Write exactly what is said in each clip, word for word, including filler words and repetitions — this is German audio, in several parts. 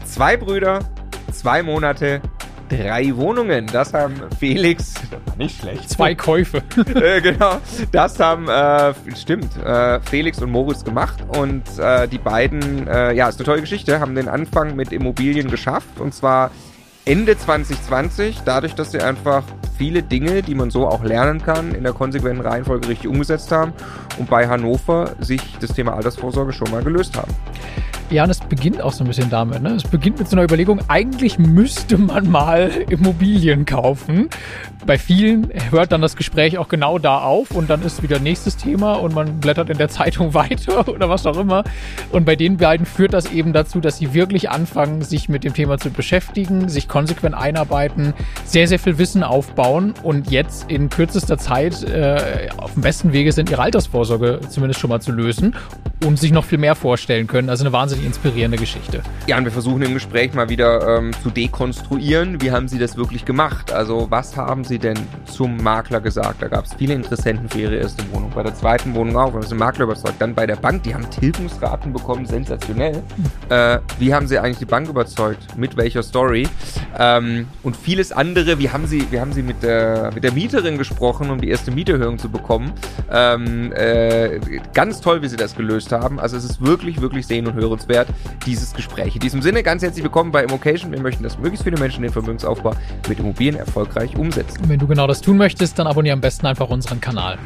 Zwei Brüder, zwei Monate, drei Wohnungen. Das haben Felix, nicht schlecht. Zwei Käufe. äh, genau, das haben, äh, stimmt, äh, Felix und Moritz gemacht. Und äh, die beiden, äh, ja, ist eine tolle Geschichte, haben den Anfang mit Immobilien geschafft. Und zwar Ende zwanzig zwanzig, dadurch, dass sie einfach viele Dinge, die man so auch lernen kann, in der konsequenten Reihenfolge richtig umgesetzt haben und bei Hannover sich das Thema Altersvorsorge schon mal gelöst haben. Ja, und es beginnt auch so ein bisschen damit. Ne? Es beginnt mit so einer Überlegung, eigentlich müsste man mal Immobilien kaufen. Bei vielen hört dann das Gespräch auch genau da auf und dann ist wieder nächstes Thema und man blättert in der Zeitung weiter oder was auch immer. Und bei den beiden führt das eben dazu, dass sie wirklich anfangen, sich mit dem Thema zu beschäftigen, sich konsequent einarbeiten, sehr, sehr viel Wissen aufbauen und jetzt in kürzester Zeit äh, auf dem besten Wege sind, ihre Altersvorsorge zumindest schon mal zu lösen und sich noch viel mehr vorstellen können. Also eine wahnsinnig inspirierende Geschichte. Ja, und wir versuchen im Gespräch mal wieder ähm, zu dekonstruieren, wie haben sie das wirklich gemacht? Also was haben sie denn zum Makler gesagt? Da gab es viele Interessenten für ihre erste Wohnung. Bei der zweiten Wohnung auch, wir haben den Makler überzeugt. Dann bei der Bank, die haben Tilgungsraten bekommen, sensationell. Mhm. Äh, wie haben sie eigentlich die Bank überzeugt? Mit welcher Story? Ähm, und vieles andere, wie haben sie, wie haben sie mit der, mit der Mieterin gesprochen, um die erste Mieterhöhung zu bekommen? Ähm, äh, ganz toll, wie sie das gelöst haben. Also es ist wirklich, wirklich sehen- und hörenswert, dieses Gespräch. In diesem Sinne, ganz herzlich willkommen bei Immocation. Wir möchten, dass möglichst viele Menschen den Vermögensaufbau mit Immobilien erfolgreich umsetzen. Und wenn du genau das tun möchtest, dann abonniere am besten einfach unseren Kanal.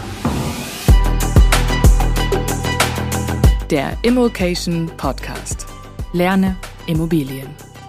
Der Immocation Podcast. Lerne Immobilien.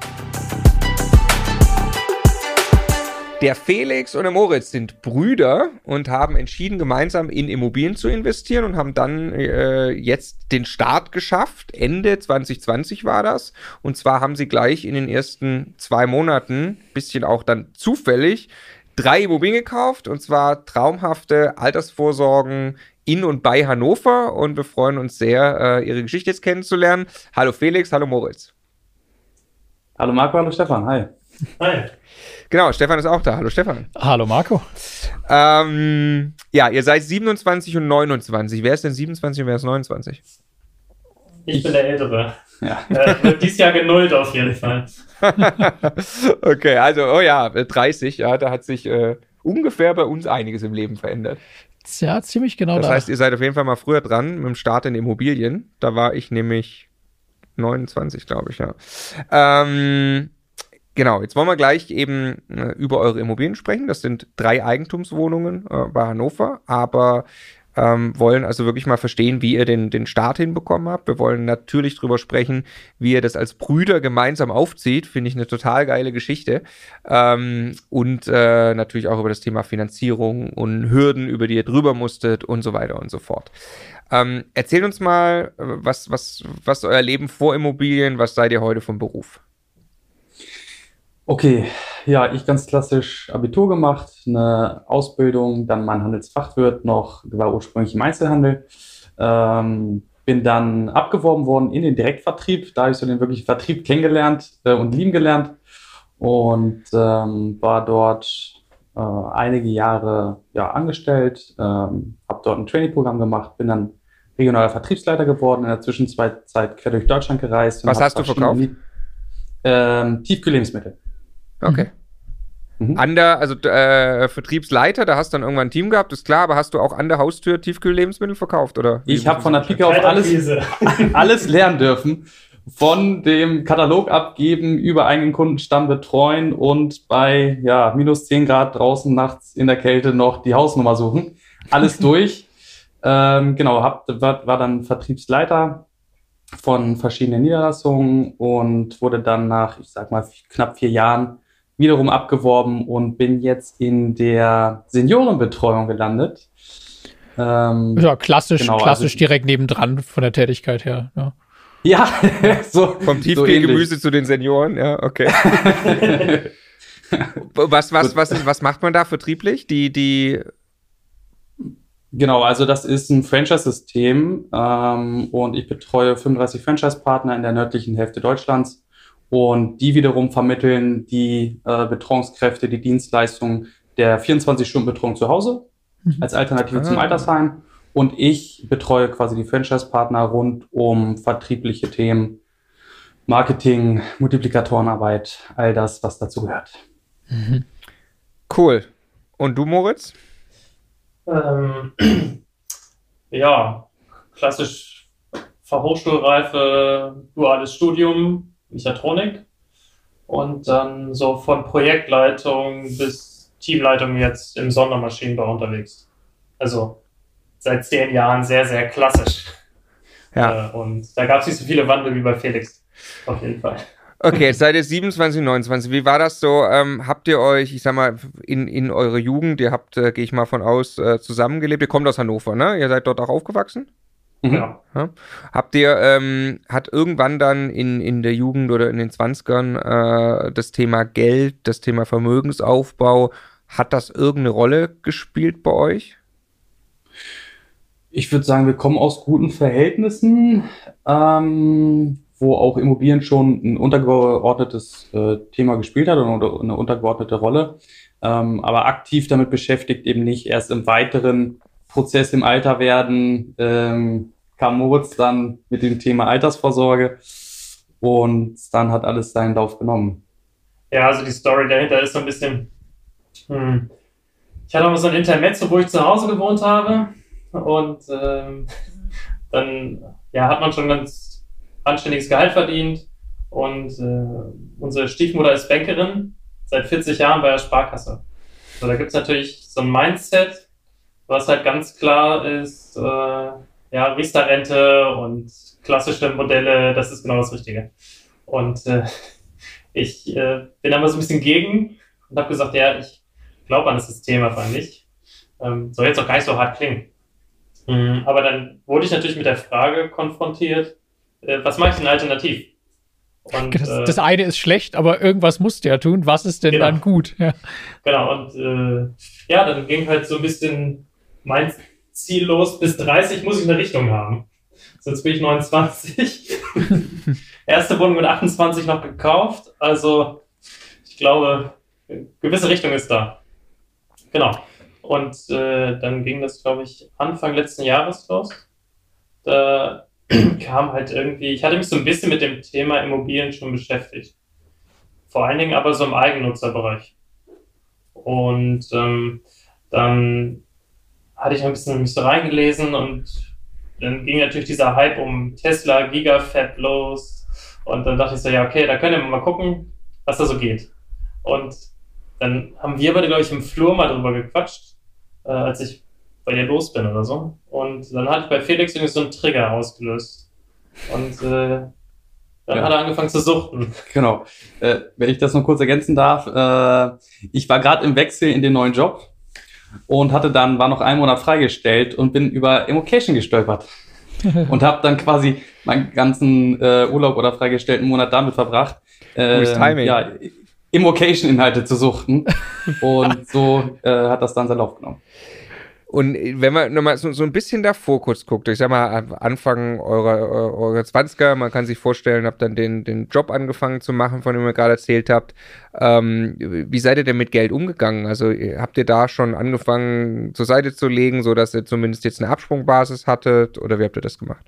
Der Felix und der Moritz sind Brüder und haben entschieden, gemeinsam in Immobilien zu investieren und haben dann äh, jetzt den Start geschafft. Ende zwanzig zwanzig war das. Und zwar haben sie gleich in den ersten zwei Monaten, bisschen auch dann zufällig, drei Immobilien gekauft. Und zwar traumhafte Altersvorsorgen in und bei Hannover. Und wir freuen uns sehr, äh, ihre Geschichte jetzt kennenzulernen. Hallo Felix, hallo Moritz. Hallo Marco, hallo Stefan, hi. Hi. Genau, Stefan ist auch da. Hallo Stefan. Hallo Marco. Ähm, ja, ihr seid siebenundzwanzig und neunundzwanzig. Wer ist denn siebenundzwanzig und wer ist neunundzwanzig? Ich bin der Ältere. Ja. Äh, wird dieses Jahr genullt auf jeden Fall. Okay, also, oh ja, dreißig, ja, da hat sich äh, ungefähr bei uns einiges im Leben verändert. Ja, ziemlich genau das da. heißt, ihr seid auf jeden Fall mal früher dran mit dem Start in Immobilien. Da war ich nämlich neunundzwanzig, glaube ich, ja. Ähm... Genau, jetzt wollen wir gleich eben äh, über eure Immobilien sprechen. Das sind drei Eigentumswohnungen äh, bei Hannover, aber ähm, wollen also wirklich mal verstehen, wie ihr den, den Start hinbekommen habt. Wir wollen natürlich drüber sprechen, wie ihr das als Brüder gemeinsam aufzieht. Finde ich eine total geile Geschichte. Ähm, und äh, natürlich auch über das Thema Finanzierung und Hürden, über die ihr drüber musstet und so weiter und so fort. Ähm, erzählt uns mal, was, was, was euer Leben vor Immobilien, was seid ihr heute vom Beruf? Okay, ja, ich ganz klassisch Abitur gemacht, eine Ausbildung, dann mein Handelsfachwirt noch, war ursprünglich im Einzelhandel, ähm, bin dann abgeworben worden in den Direktvertrieb, da habe ich so den wirklichen Vertrieb kennengelernt äh, und lieben gelernt und ähm, war dort äh, einige Jahre ja, angestellt, ähm, habe dort ein Trainee-Programm gemacht, bin dann regionaler Vertriebsleiter geworden, in der Zwischenzeit quer durch Deutschland gereist. Was hast du verkauft? Ähm, Tiefkühl-Lebensmittel. Okay. Mhm. An der, also äh, Vertriebsleiter, da hast du dann irgendwann ein Team gehabt, ist klar, aber hast du auch an der Haustür Tiefkühl-Lebensmittel verkauft, oder? Ich habe von der Pike auf alles, alles lernen dürfen. Von dem Katalog abgeben, über eigenen Kundenstamm betreuen und bei ja, minus zehn Grad draußen nachts in der Kälte noch die Hausnummer suchen. Alles durch. ähm, genau, hab, war, war dann Vertriebsleiter von verschiedenen Niederlassungen und wurde dann nach, ich sag mal, knapp vier Jahren wiederum abgeworben und bin jetzt in der Seniorenbetreuung gelandet. Ähm, ja, klassisch, genau, klassisch also, direkt nebendran von der Tätigkeit her. Ja, ja so. Vom Tiefkühlgemüse so zu den Senioren, ja, okay. was, was, was, was macht man da vertrieblich? Die, die Genau, also das ist ein Franchise-System ähm, und ich betreue fünfunddreißig Franchise-Partner in der nördlichen Hälfte Deutschlands und die wiederum vermitteln die äh, Betreuungskräfte, die Dienstleistungen der vierundzwanzig-Stunden-Betreuung zu Hause mhm. als Alternative ah. zum Altersheim und ich betreue quasi die Franchise-Partner rund um vertriebliche Themen, Marketing, Multiplikatorenarbeit, all das, was dazu gehört. Mhm. Cool. Und du, Moritz? Ähm, ja, klassisch Fachhochschulreife, duales Studium, Mechatronik und dann so von Projektleitung bis Teamleitung jetzt im Sondermaschinenbau unterwegs. Also seit zehn Jahren sehr, sehr klassisch. Ja. Äh, und da gab es nicht so viele Wandel wie bei Felix. Auf jeden Fall. Okay, jetzt seid ihr siebenundzwanzig, neunundzwanzig. Wie war das so? Ähm, habt ihr euch, ich sag mal, in, in eure Jugend, ihr habt, äh, gehe ich mal von aus, äh, zusammengelebt. Ihr kommt aus Hannover, ne? Ihr seid dort auch aufgewachsen? Mhm. Ja. Ja. Habt ihr, ähm, hat irgendwann dann in, in der Jugend oder in den Zwanzigern äh, das Thema Geld, das Thema Vermögensaufbau, hat das irgendeine Rolle gespielt bei euch? Ich würde sagen, wir kommen aus guten Verhältnissen, ähm, wo auch Immobilien schon ein untergeordnetes äh, Thema gespielt hat oder eine untergeordnete Rolle, ähm, aber aktiv damit beschäftigt eben nicht. Erst im weiteren Prozess im Alter werden ähm, kam Moritz dann mit dem Thema Altersvorsorge und dann hat alles seinen Lauf genommen. Ja, also die Story dahinter ist so ein bisschen, hm, ich hatte auch so ein Intermezzo, wo ich zu Hause gewohnt habe und ähm, dann ja, hat man schon ganz anständiges Gehalt verdient und äh, unsere Stiefmutter ist Bankerin, seit vierzig Jahren bei der Sparkasse. So, da gibt es natürlich so ein Mindset, was halt ganz klar ist, äh, ja, Riester-Rente und klassische Modelle, das ist genau das Richtige. Und äh, ich äh, bin aber so ein bisschen gegen und habe gesagt, ja, ich glaube an das System einfach nicht. Ähm, soll jetzt auch gar nicht so hart klingen. Mhm, aber dann wurde ich natürlich mit der Frage konfrontiert, äh, was mache ich denn alternativ? Und, Das, äh, das eine ist schlecht, aber irgendwas musst du ja tun. Was ist denn Genau. dann gut? Ja. Genau, und äh, ja, dann ging halt so ein bisschen mein Ziel los, bis dreißig muss ich eine Richtung haben. So, jetzt bin ich neunundzwanzig. Erste Wohnung mit achtundzwanzig noch gekauft. Also ich glaube, eine gewisse Richtung ist da. Genau. Und äh, dann ging das, glaube ich, Anfang letzten Jahres los. Da kam halt irgendwie, ich hatte mich so ein bisschen mit dem Thema Immobilien schon beschäftigt. Vor allen Dingen aber so im Eigennutzerbereich. Und ähm, dann hatte ich ein bisschen mich so reingelesen und dann ging natürlich dieser Hype um Tesla, Gigafab los und dann dachte ich so, ja okay, da können wir mal gucken, was da so geht. Und dann haben wir beide, glaube ich, im Flur mal drüber gequatscht, äh, als ich bei dir los bin oder so. Und dann hatte ich bei Felix irgendwie so einen Trigger ausgelöst. Und äh, dann Ja. hat er angefangen zu suchten. Genau. Äh, wenn ich das noch kurz ergänzen darf, äh, ich war gerade im Wechsel in den neuen Job und hatte dann, war noch einen Monat freigestellt und bin über Immocation gestolpert. Und habe dann quasi meinen ganzen äh, Urlaub oder freigestellten Monat damit verbracht, äh, Gutes Timing. ja, Immocation-Inhalte zu suchten. Und so äh, hat das dann seinen Lauf genommen. Und wenn man nochmal so, so ein bisschen davor kurz guckt, ich sag mal, Anfang eurer, eurer zwanziger, man kann sich vorstellen, habt dann den, den Job angefangen zu machen, von dem ihr gerade erzählt habt. Ähm, wie seid ihr denn mit Geld umgegangen? Also habt ihr da schon angefangen zur Seite zu legen, sodass ihr zumindest jetzt eine Absprungbasis hattet, oder wie habt ihr das gemacht?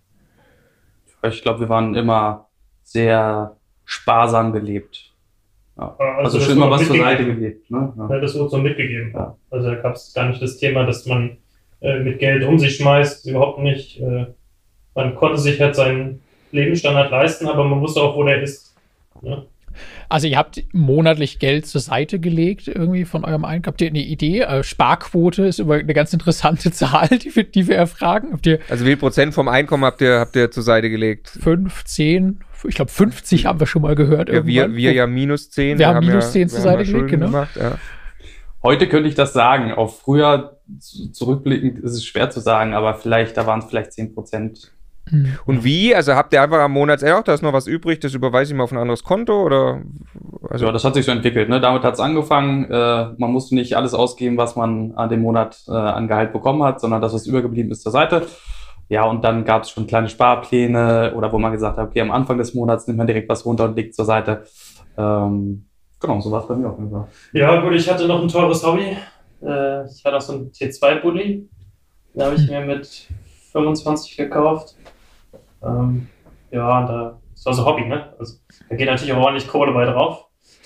Ich glaube, wir waren immer sehr sparsam gelebt. Ja. Also, das schon immer wurde was zur Seite mitgegeben. gelegt. Ne? Ja. Ja, das wurde so mitgegeben. Ja. Also da gab es gar nicht das Thema, dass man äh, mit Geld um sich schmeißt, überhaupt nicht. Äh, man konnte sich halt seinen Lebensstandard leisten, aber man wusste auch, wo der ist. Ne? Also ihr habt monatlich Geld zur Seite gelegt, irgendwie von eurem Einkommen. Habt ihr eine Idee? Äh, Sparquote ist immer eine ganz interessante Zahl, die wir, die wir erfragen. Habt ihr Also wie viel Prozent vom Einkommen habt ihr, habt ihr zur Seite gelegt? fünf, zehn? Ich glaube fünfzig haben wir schon mal gehört. Ja, wir, irgendwann. wir ja minus zehn. Wir haben minus ja, zehn zur wir haben Seite ja gelegt, Schulden genau. gemacht, ja. Heute könnte ich das sagen. Auf früher z- zurückblickend ist es schwer zu sagen, aber vielleicht, da waren es vielleicht zehn Prozent. Hm. Und wie? Also habt ihr einfach am Monatsende, ach, da ist noch was übrig, das überweise ich mal auf ein anderes Konto, oder? Also, Ja, das hat sich so entwickelt. Ne? Damit hat es angefangen. Äh, man musste nicht alles ausgeben, was man an dem Monat äh, an Gehalt bekommen hat, sondern das, was übergeblieben ist, zur Seite. Ja, und dann gab es schon kleine Sparpläne oder wo man gesagt hat, okay, am Anfang des Monats nimmt man direkt was runter und legt zur Seite. Ähm, genau, so war es bei mir auf jeden Fall. Ja, gut, ich hatte noch ein teures Hobby. Äh, ich hatte auch so einen T zwei Bulli. Den habe ich mir mit fünfundzwanzig gekauft. Ähm, ja, und da das war so Hobby, ne? Also da geht natürlich auch ordentlich Kohle bei drauf.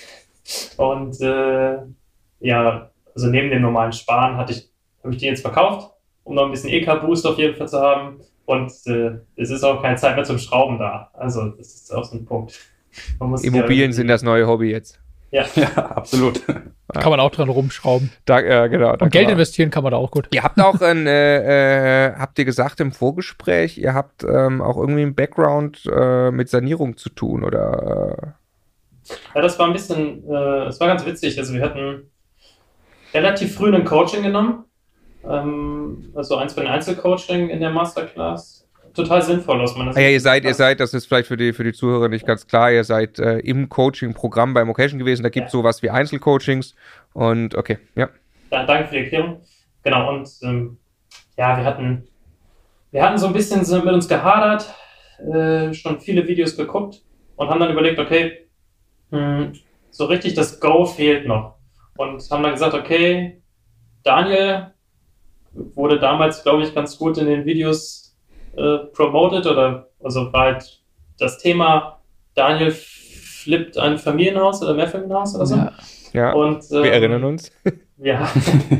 Und äh, ja, also neben dem normalen Sparen hatte ich, habe ich die jetzt verkauft, um noch ein bisschen E K-Boost auf jeden Fall zu haben. Und äh, es ist auch keine Zeit mehr zum Schrauben da. Also das ist auch so ein Punkt. Man muss Immobilien ja sind das neue Hobby jetzt. Ja, ja, absolut. Kann man auch dran rumschrauben. Da, äh, genau, da Und Geld man. investieren kann man da auch gut. Ihr habt auch, ein, äh, äh, habt ihr gesagt im Vorgespräch, ihr habt ähm, auch irgendwie einen Background äh, mit Sanierung zu tun, oder? Ja, das war ein bisschen, äh, das war ganz witzig. Also wir hatten relativ früh ein Coaching genommen. Ähm, also eins von den Einzelcoaching in der Masterclass. Total sinnvoll aus meiner Sicht. Ah, ja, ihr seid, ihr seid, das ist vielleicht für die, für die Zuhörer nicht ganz klar, ihr seid äh, im Coaching-Programm bei Mocation gewesen, da gibt es ja. sowas wie Einzelcoachings und okay, ja. ja. Danke für die Erklärung. Genau, und ähm, ja, wir hatten, wir hatten so ein bisschen so mit uns gehadert, äh, schon viele Videos geguckt und haben dann überlegt, okay, mh, so richtig das Go fehlt noch. Und haben dann gesagt, okay, Daniel wurde damals, glaube ich, ganz gut in den Videos Äh, promoted oder also war halt das Thema, Daniel flippt ein Familienhaus oder Mehrfamilienhaus oder so. Ja, ja. Und, ähm, wir erinnern uns. Ja.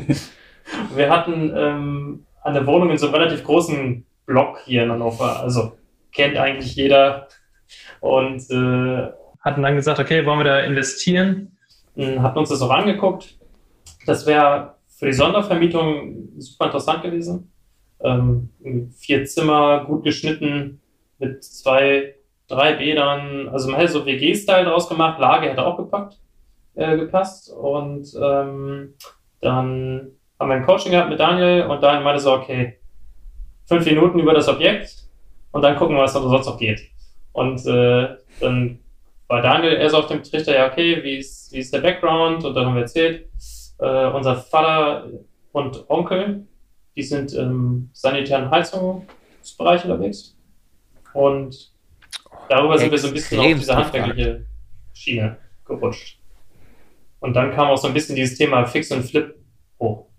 Wir hatten ähm, eine Wohnung in so einem relativ großen Block hier in Hannover, also kennt eigentlich jeder und äh, hatten dann gesagt, okay, wollen wir da investieren? Und hatten uns das auch angeguckt. Das wäre für die Sondervermietung super interessant gewesen. Ähm, vier Zimmer, gut geschnitten, mit zwei, drei Bädern, also man hätte so W G-Style draus gemacht, Lage hätte auch gepackt, äh, gepasst und ähm, dann haben wir ein Coaching gehabt mit Daniel und Daniel meinte so, okay, fünf Minuten über das Objekt und dann gucken wir, was da sonst noch geht. Und äh, dann war Daniel eher so auf dem Trichter, ja okay, wie ist, wie ist der Background? Und dann haben wir erzählt, äh, unser Vater und Onkel, die sind im sanitären Heizungsbereich unterwegs. Und darüber sind wir so ein bisschen auf diese handwerkliche Schiene gerutscht. Und dann kam auch so ein bisschen dieses Thema Fix und Flip hoch.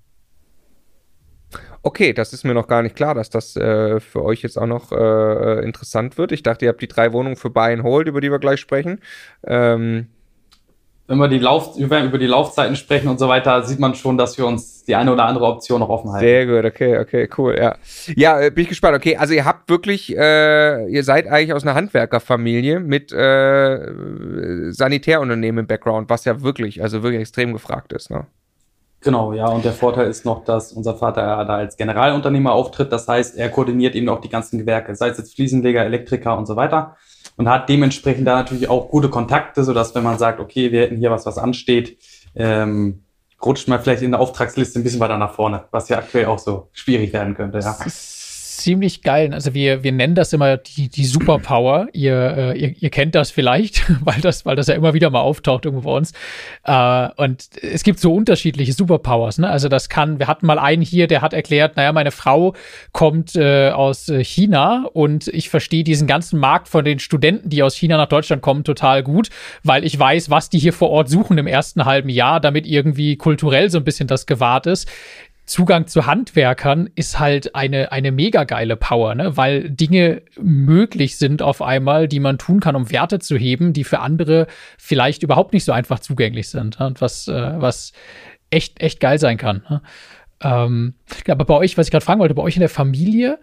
Okay, das ist mir noch gar nicht klar, dass das äh, für euch jetzt auch noch äh, interessant wird. Ich dachte, ihr habt die drei Wohnungen für Buy and Hold, über die wir gleich sprechen. Ähm, Wenn wir die Lauf, über, über die Laufzeiten sprechen und so weiter, sieht man schon, dass wir uns die eine oder andere Option noch offen halten. Sehr gut, okay, okay, cool, ja. Ja, äh, bin ich gespannt. Okay, also ihr habt wirklich, äh, ihr seid eigentlich aus einer Handwerkerfamilie mit äh, Sanitärunternehmen im Background, was ja wirklich, also wirklich extrem gefragt ist, ne? Genau, ja, und der Vorteil ist noch, dass unser Vater da als Generalunternehmer auftritt. Das heißt, er koordiniert eben auch die ganzen Gewerke, sei es jetzt Fliesenleger, Elektriker und so weiter. Und hat dementsprechend da natürlich auch gute Kontakte, sodass, wenn man sagt, okay, wir hätten hier was, was ansteht, ähm, rutscht man vielleicht in der Auftragsliste ein bisschen weiter nach vorne, was ja aktuell auch so schwierig werden könnte, ja. Das ist ziemlich geil. Also wir, wir nennen das immer die, die Superpower. Ihr, äh, ihr, ihr kennt das vielleicht, weil das, weil das ja immer wieder mal auftaucht irgendwo bei uns. Äh, und es gibt so unterschiedliche Superpowers, ne? Also das kann, wir hatten mal einen hier, der hat erklärt, naja, meine Frau kommt äh, aus äh, China und ich verstehe diesen ganzen Markt von den Studenten, die aus China nach Deutschland kommen, total gut, weil ich weiß, was die hier vor Ort suchen im ersten halben Jahr, damit irgendwie kulturell so ein bisschen das gewahrt ist. Zugang zu Handwerkern ist halt eine, eine mega geile Power, ne? Weil Dinge möglich sind auf einmal, die man tun kann, um Werte zu heben, die für andere vielleicht überhaupt nicht so einfach zugänglich sind. Ne? Und was, äh, was echt, echt geil sein kann. Ne? Ähm, aber bei euch, was ich gerade fragen wollte, bei euch in der Familie,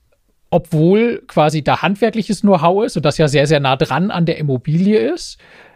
obwohl quasi da handwerkliches Know-how ist und das ja sehr, sehr nah dran an der Immobilie ist,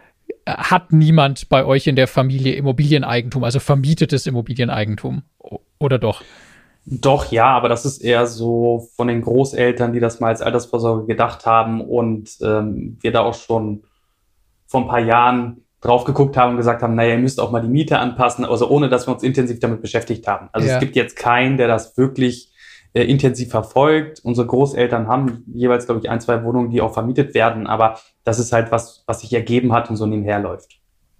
hat niemand bei euch in der Familie Immobilieneigentum, also vermietetes Immobilieneigentum, oder doch? Doch, ja, aber das ist eher so von den Großeltern, die das mal als Altersvorsorge gedacht haben und ähm, wir da auch schon vor ein paar Jahren drauf geguckt haben und gesagt haben, naja, ihr müsst auch mal die Miete anpassen, also ohne, dass wir uns intensiv damit beschäftigt haben. Also ja. Es gibt jetzt keinen, der das wirklich äh, intensiv verfolgt. Unsere Großeltern haben jeweils, glaube ich, ein, zwei Wohnungen, die auch vermietet werden, aber das ist halt was, was sich ergeben hat und so nebenher läuft.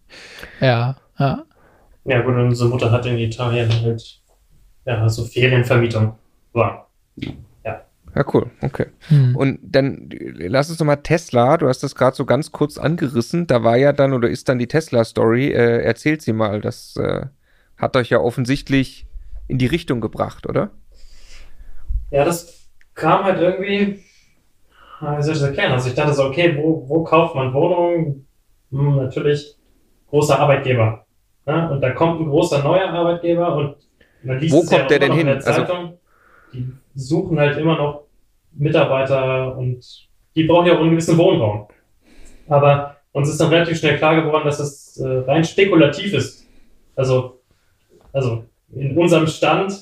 Ja, ja. Ja gut, unsere Mutter hat in Italien halt ja, so Ferienvermietung war. Ja. Ja, cool, okay. Hm. Und dann lass uns nochmal Tesla, du hast das gerade so ganz kurz angerissen, da war ja dann oder ist dann die Tesla-Story, äh, erzählt sie mal, das äh, hat euch ja offensichtlich in die Richtung gebracht, oder? Ja, das kam halt irgendwie, wie soll ich das erklären? Also ich dachte so, okay, wo, wo kauft man Wohnungen? Hm, natürlich großer Arbeitgeber. Ja? Und da kommt ein großer neuer Arbeitgeber und man liest Wo es ja kommt der denn immer noch hin? in der Zeitung. Also, die suchen halt immer noch Mitarbeiter und die brauchen ja auch einen gewissen Wohnraum. Aber uns ist dann relativ schnell klar geworden, dass es äh, rein spekulativ ist. Also, also in unserem Stand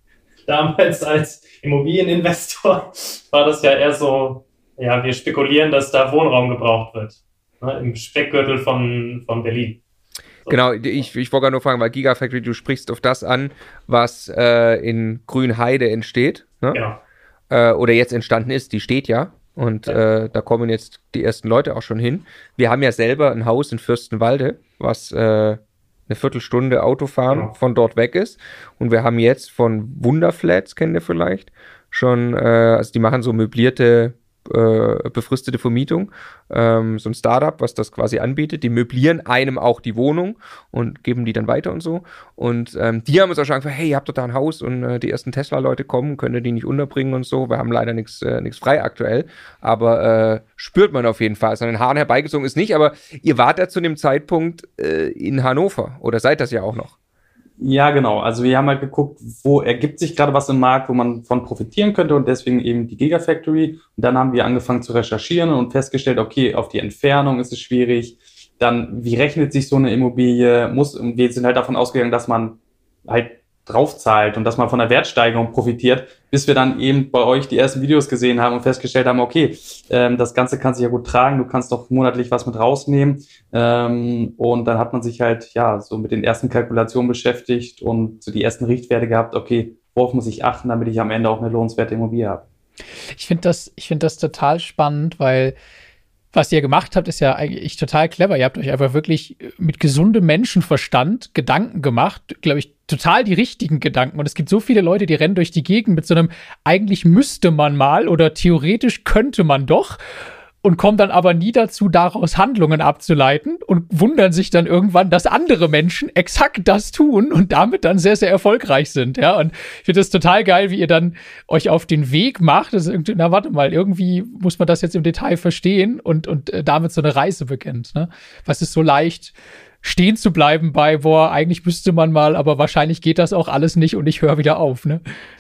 damals als Immobilieninvestor war das ja eher so, ja, wir spekulieren, dass da Wohnraum gebraucht wird. Ne, im Speckgürtel von, von Berlin. So. Genau, ich, ich wollte gerade nur fragen, weil Gigafactory, du sprichst auf das an, was äh, in Grünheide entsteht. Ne? Genau. Äh, oder jetzt entstanden ist, die steht ja. Und ja. Äh, da kommen jetzt die ersten Leute auch schon hin. Wir haben ja selber ein Haus in Fürstenwalde, was äh, eine Viertelstunde Autofahren genau. von dort weg ist. Und wir haben jetzt von Wunderflats, kennt ihr vielleicht, schon, äh, also die machen so möblierte, äh, befristete Vermietung, ähm, so ein Startup, was das quasi anbietet. Die möblieren einem auch die Wohnung und geben die dann weiter und so. Und ähm, die haben uns auch schon gesagt, hey, ihr habt doch da ein Haus und äh, die ersten Tesla-Leute kommen, könnt ihr die nicht unterbringen und so. Wir haben leider nichts äh, nichts frei aktuell, aber äh, spürt man auf jeden Fall. Also an den Haaren herbeigezogen ist nicht, aber ihr wart ja zu dem Zeitpunkt äh, in Hannover oder seid das ja auch noch? Ja, genau. Also wir haben halt geguckt, wo ergibt sich gerade was im Markt, wo man von profitieren könnte und deswegen eben die Gigafactory. Und dann haben wir angefangen zu recherchieren und festgestellt, okay, auf die Entfernung ist es schwierig. Dann, wie rechnet sich so eine Immobilie? Muss, und wir sind halt davon ausgegangen, dass man halt draufzahlt und dass man von der Wertsteigerung profitiert, bis wir dann eben bei euch die ersten Videos gesehen haben und festgestellt haben, okay, ähm, das Ganze kann sich ja gut tragen, du kannst doch monatlich was mit rausnehmen, ähm, und dann hat man sich halt ja so mit den ersten Kalkulationen beschäftigt und so die ersten Richtwerte gehabt, okay, worauf muss ich achten, damit ich am Ende auch eine lohnenswerte Immobilie habe. Ich finde das, ich finde das total spannend, weil was ihr gemacht habt, ist ja eigentlich total clever. Ihr habt euch einfach wirklich mit gesundem Menschenverstand Gedanken gemacht, glaube ich, total die richtigen Gedanken. Und es gibt so viele Leute, die rennen durch die Gegend mit so einem, eigentlich müsste man mal oder theoretisch könnte man doch, und kommen dann aber nie dazu, daraus Handlungen abzuleiten und wundern sich dann irgendwann, dass andere Menschen exakt das tun und damit dann sehr, sehr erfolgreich sind. Ja, und ich finde das total geil, wie ihr dann euch auf den Weg macht. Das ist na, warte mal, irgendwie muss man das jetzt im Detail verstehen und, und äh, damit so eine Reise beginnt. Ne? Was ist so leicht, stehen zu bleiben bei, boah, eigentlich müsste man mal, aber wahrscheinlich geht das auch alles nicht und ich höre wieder auf. Ne?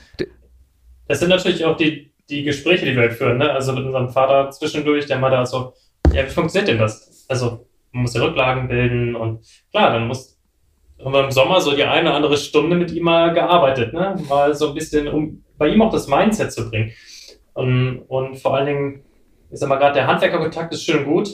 Das sind natürlich auch die die Gespräche, die wir halt führen, ne? Also mit unserem Vater zwischendurch, der meinte also, ja, wie funktioniert denn das? Also, man muss ja Rücklagen bilden und klar, dann muss, haben wir im Sommer so die eine oder andere Stunde mit ihm mal gearbeitet, ne? Mal so ein bisschen, um bei ihm auch das Mindset zu bringen. Und, und vor allen Dingen, ich sag mal gerade, der Handwerkerkontakt ist schön gut.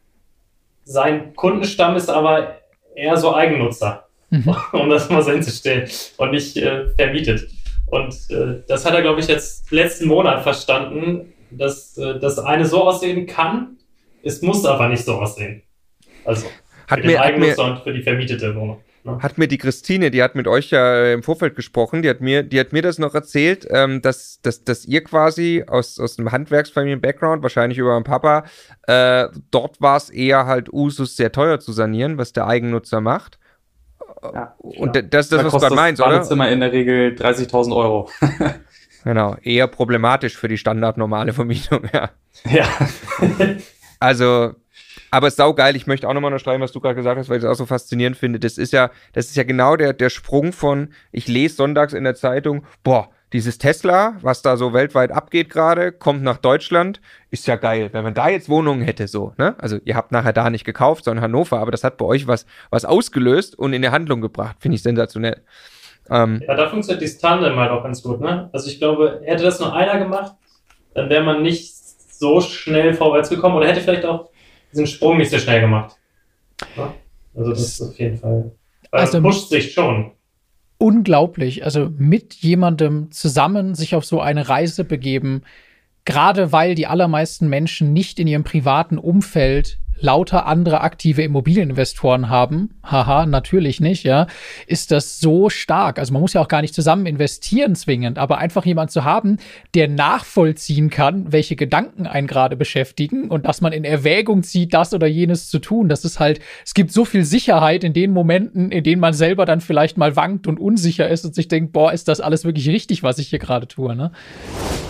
Sein Kundenstamm ist aber eher so Eigennutzer, mhm. um das mal so hinzustellen und nicht äh, vermietet. Und äh, das hat er, glaube ich, jetzt letzten Monat verstanden, dass äh, das eine so aussehen kann, es muss aber nicht so aussehen. Also hat für mir, den Eigennutzer mir, und für die vermietete Wohnung. Ne? Hat mir die Christine, die hat mit euch ja im Vorfeld gesprochen, die hat mir, die hat mir das noch erzählt, ähm, dass, dass, dass ihr quasi aus, aus einem Handwerksfamilien-Background, wahrscheinlich über euren Papa, äh, dort war es eher halt Usus, sehr teuer zu sanieren, was der Eigennutzer macht. Ja, und klar. das ist das, da was du gerade meinst, oder? Das Badezimmer in der Regel dreißigtausend Euro. Genau, eher problematisch für die standardnormale Vermietung, ja. Ja. Also, aber saugeil, ich möchte auch nochmal unterstreichen, was du gerade gesagt hast, weil ich das auch so faszinierend finde. Das ist ja, das ist ja genau der, der Sprung von, ich lese sonntags in der Zeitung, boah, dieses Tesla, was da so weltweit abgeht gerade, kommt nach Deutschland, ist ja geil, wenn man da jetzt Wohnungen hätte, so, ne? Also ihr habt nachher da nicht gekauft, sondern Hannover, aber das hat bei euch was, was ausgelöst und in die Handlung gebracht, finde ich sensationell. Ähm, ja, da funktioniert dieses Tandem halt auch ganz gut, ne? Also ich glaube, hätte das nur einer gemacht, dann wäre man nicht so schnell vorwärts gekommen oder hätte vielleicht auch diesen Sprung nicht so schnell gemacht. Ja? Also das ist auf jeden Fall, weil also man pusht sich schon. Unglaublich, also mit jemandem zusammen sich auf so eine Reise begeben, gerade weil die allermeisten Menschen nicht in ihrem privaten Umfeld lauter andere aktive Immobilieninvestoren haben, haha, natürlich nicht, ja, ist das so stark. Also man muss ja auch gar nicht zusammen investieren zwingend, aber einfach jemand zu haben, der nachvollziehen kann, welche Gedanken einen gerade beschäftigen und dass man in Erwägung zieht, das oder jenes zu tun. Das ist halt, es gibt so viel Sicherheit in den Momenten, in denen man selber dann vielleicht mal wankt und unsicher ist und sich denkt, boah, ist das alles wirklich richtig, was ich hier gerade tue, ne?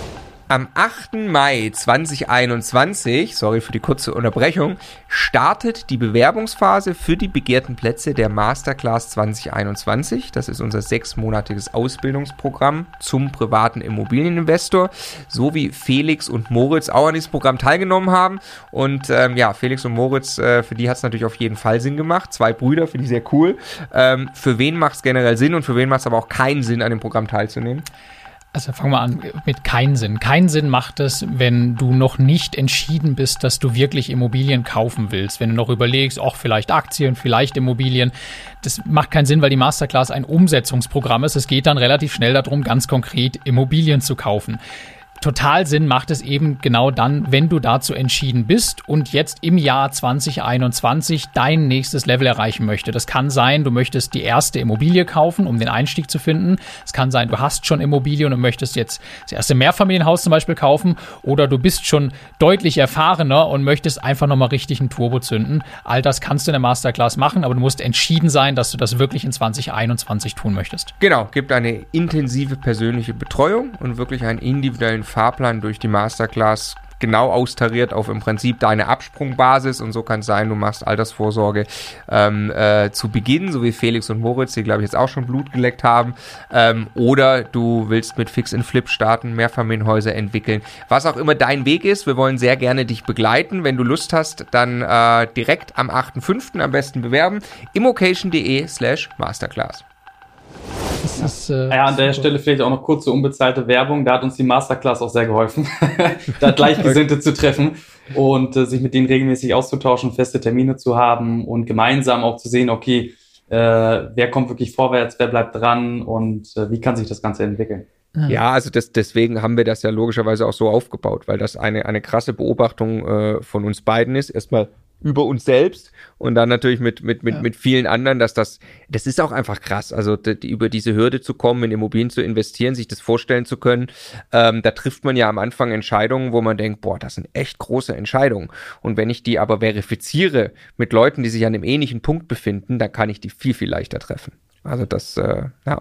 Am achten Mai zweitausendeinundzwanzig, sorry für die kurze Unterbrechung, startet die Bewerbungsphase für die begehrten Plätze der Masterclass zwanzig einundzwanzig. Das ist unser sechsmonatiges Ausbildungsprogramm zum privaten Immobilieninvestor, so wie Felix und Moritz auch an diesem Programm teilgenommen haben. Und ähm, ja, Felix und Moritz, äh, für die hat es natürlich auf jeden Fall Sinn gemacht. Zwei Brüder, finde ich sehr cool. Ähm, für wen macht es generell Sinn und für wen macht es aber auch keinen Sinn, an dem Programm teilzunehmen? Also fangen wir an mit keinen Sinn. Keinen Sinn macht es, wenn du noch nicht entschieden bist, dass du wirklich Immobilien kaufen willst. Wenn du noch überlegst, auch vielleicht Aktien, vielleicht Immobilien. Das macht keinen Sinn, weil die Masterclass ein Umsetzungsprogramm ist. Es geht dann relativ schnell darum, ganz konkret Immobilien zu kaufen. Total Sinn macht es eben genau dann, wenn du dazu entschieden bist und jetzt im Jahr zwanzig einundzwanzig dein nächstes Level erreichen möchtest. Das kann sein, du möchtest die erste Immobilie kaufen, um den Einstieg zu finden. Es kann sein, du hast schon Immobilien und möchtest jetzt das erste Mehrfamilienhaus zum Beispiel kaufen. Oder du bist schon deutlich erfahrener und möchtest einfach nochmal richtig einen Turbo zünden. All das kannst du in der Masterclass machen, aber du musst entschieden sein, dass du das wirklich in zwanzig einundzwanzig tun möchtest. Genau, gibt eine intensive persönliche Betreuung und wirklich einen individuellen Fahrplan durch die Masterclass, genau austariert auf im Prinzip deine Absprungbasis, und so kann es sein, du machst Altersvorsorge ähm, äh, zu Beginn, so wie Felix und Moritz, die glaube ich jetzt auch schon Blut geleckt haben, ähm, oder du willst mit Fix and Flip starten, Mehrfamilienhäuser entwickeln, was auch immer dein Weg ist. Wir wollen sehr gerne dich begleiten. Wenn du Lust hast, dann äh, direkt am achten fünften am besten bewerben, immocation.de slash Masterclass. Das ist, äh, ja, an der Stelle vielleicht auch noch kurze unbezahlte Werbung. Da hat uns die Masterclass auch sehr geholfen, da Gleichgesinnte zu treffen und äh, sich mit denen regelmäßig auszutauschen, feste Termine zu haben und gemeinsam auch zu sehen, okay, äh, wer kommt wirklich vorwärts, wer bleibt dran und äh, wie kann sich das Ganze entwickeln. Ja, also das, deswegen haben wir das ja logischerweise auch so aufgebaut, weil das eine, eine krasse Beobachtung äh, von uns beiden ist. Erstmal über uns selbst und dann natürlich mit, mit, mit, ja. mit vielen anderen, dass das, das ist auch einfach krass. Also die, die, über diese Hürde zu kommen, in Immobilien zu investieren, sich das vorstellen zu können, ähm, da trifft man ja am Anfang Entscheidungen, wo man denkt, boah, das sind echt große Entscheidungen. Und wenn ich die aber verifiziere mit Leuten, die sich an einem ähnlichen Punkt befinden, dann kann ich die viel, viel leichter treffen. Also das, äh, ja.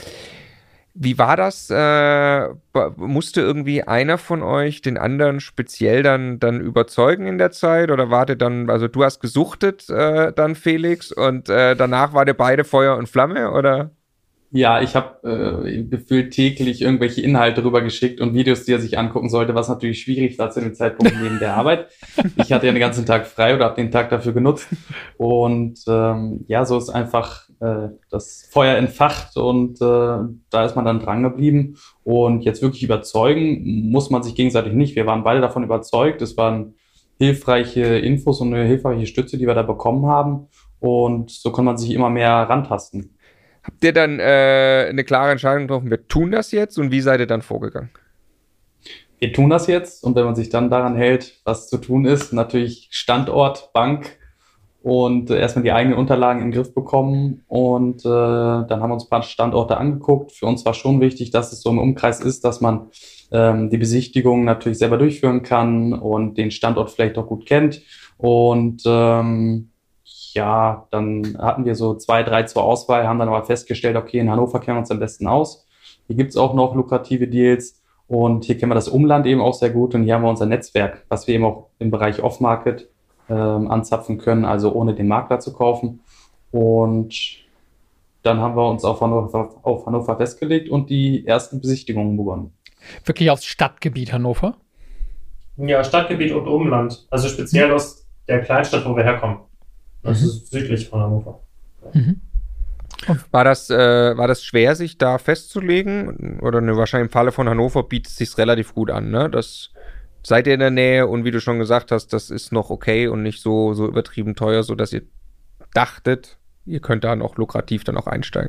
Wie war das? Äh, musste irgendwie einer von euch den anderen speziell dann, dann überzeugen in der Zeit? Oder wart ihr dann, also du hast gesuchtet äh, dann, Felix, und äh, danach wart ihr beide Feuer und Flamme, oder? Ja, ich habe äh, gefühlt täglich irgendwelche Inhalte rübergeschickt und Videos, die er sich angucken sollte, was natürlich schwierig war zu dem Zeitpunkt neben der Arbeit. Ich hatte ja den ganzen Tag frei oder habe den Tag dafür genutzt. Und ähm, ja, so ist einfach äh, das Feuer entfacht und äh, da ist man dann dran geblieben. Und jetzt wirklich überzeugen muss man sich gegenseitig nicht. Wir waren beide davon überzeugt. Es waren hilfreiche Infos und eine hilfreiche Stütze, die wir da bekommen haben. Und so kann man sich immer mehr rantasten. Habt ihr dann äh, eine klare Entscheidung getroffen, wir tun das jetzt, und wie seid ihr dann vorgegangen? Wir tun das jetzt, und wenn man sich dann daran hält, was zu tun ist, natürlich Standort, Bank und äh, erstmal die eigenen Unterlagen in den Griff bekommen, und äh, dann haben wir uns ein paar Standorte angeguckt. Für uns war schon wichtig, dass es so im Umkreis ist, dass man ähm, die Besichtigung natürlich selber durchführen kann und den Standort vielleicht auch gut kennt, und ähm, ja, dann hatten wir so zwei, drei zur Auswahl, haben dann aber festgestellt, okay, in Hannover kennen wir uns am besten aus. Hier gibt's auch noch lukrative Deals und hier kennen wir das Umland eben auch sehr gut, und hier haben wir unser Netzwerk, was wir eben auch im Bereich Off-Market ähm, anzapfen können, also ohne den Makler zu kaufen. Und dann haben wir uns auf Hannover, auf Hannover festgelegt und die ersten Besichtigungen begonnen. Wirklich aufs Stadtgebiet Hannover? Ja, Stadtgebiet und Umland. Also speziell aus der Kleinstadt, wo wir herkommen. Das mhm. ist südlich von Hannover. Mhm. War das, äh, war das schwer, sich da festzulegen? Oder ne, wahrscheinlich im Falle von Hannover bietet es sich relativ gut an, ne? Das, seid ihr in der Nähe, und wie du schon gesagt hast, das ist noch okay und nicht so, so übertrieben teuer, sodass ihr dachtet, ihr könnt da noch lukrativ dann auch einsteigen.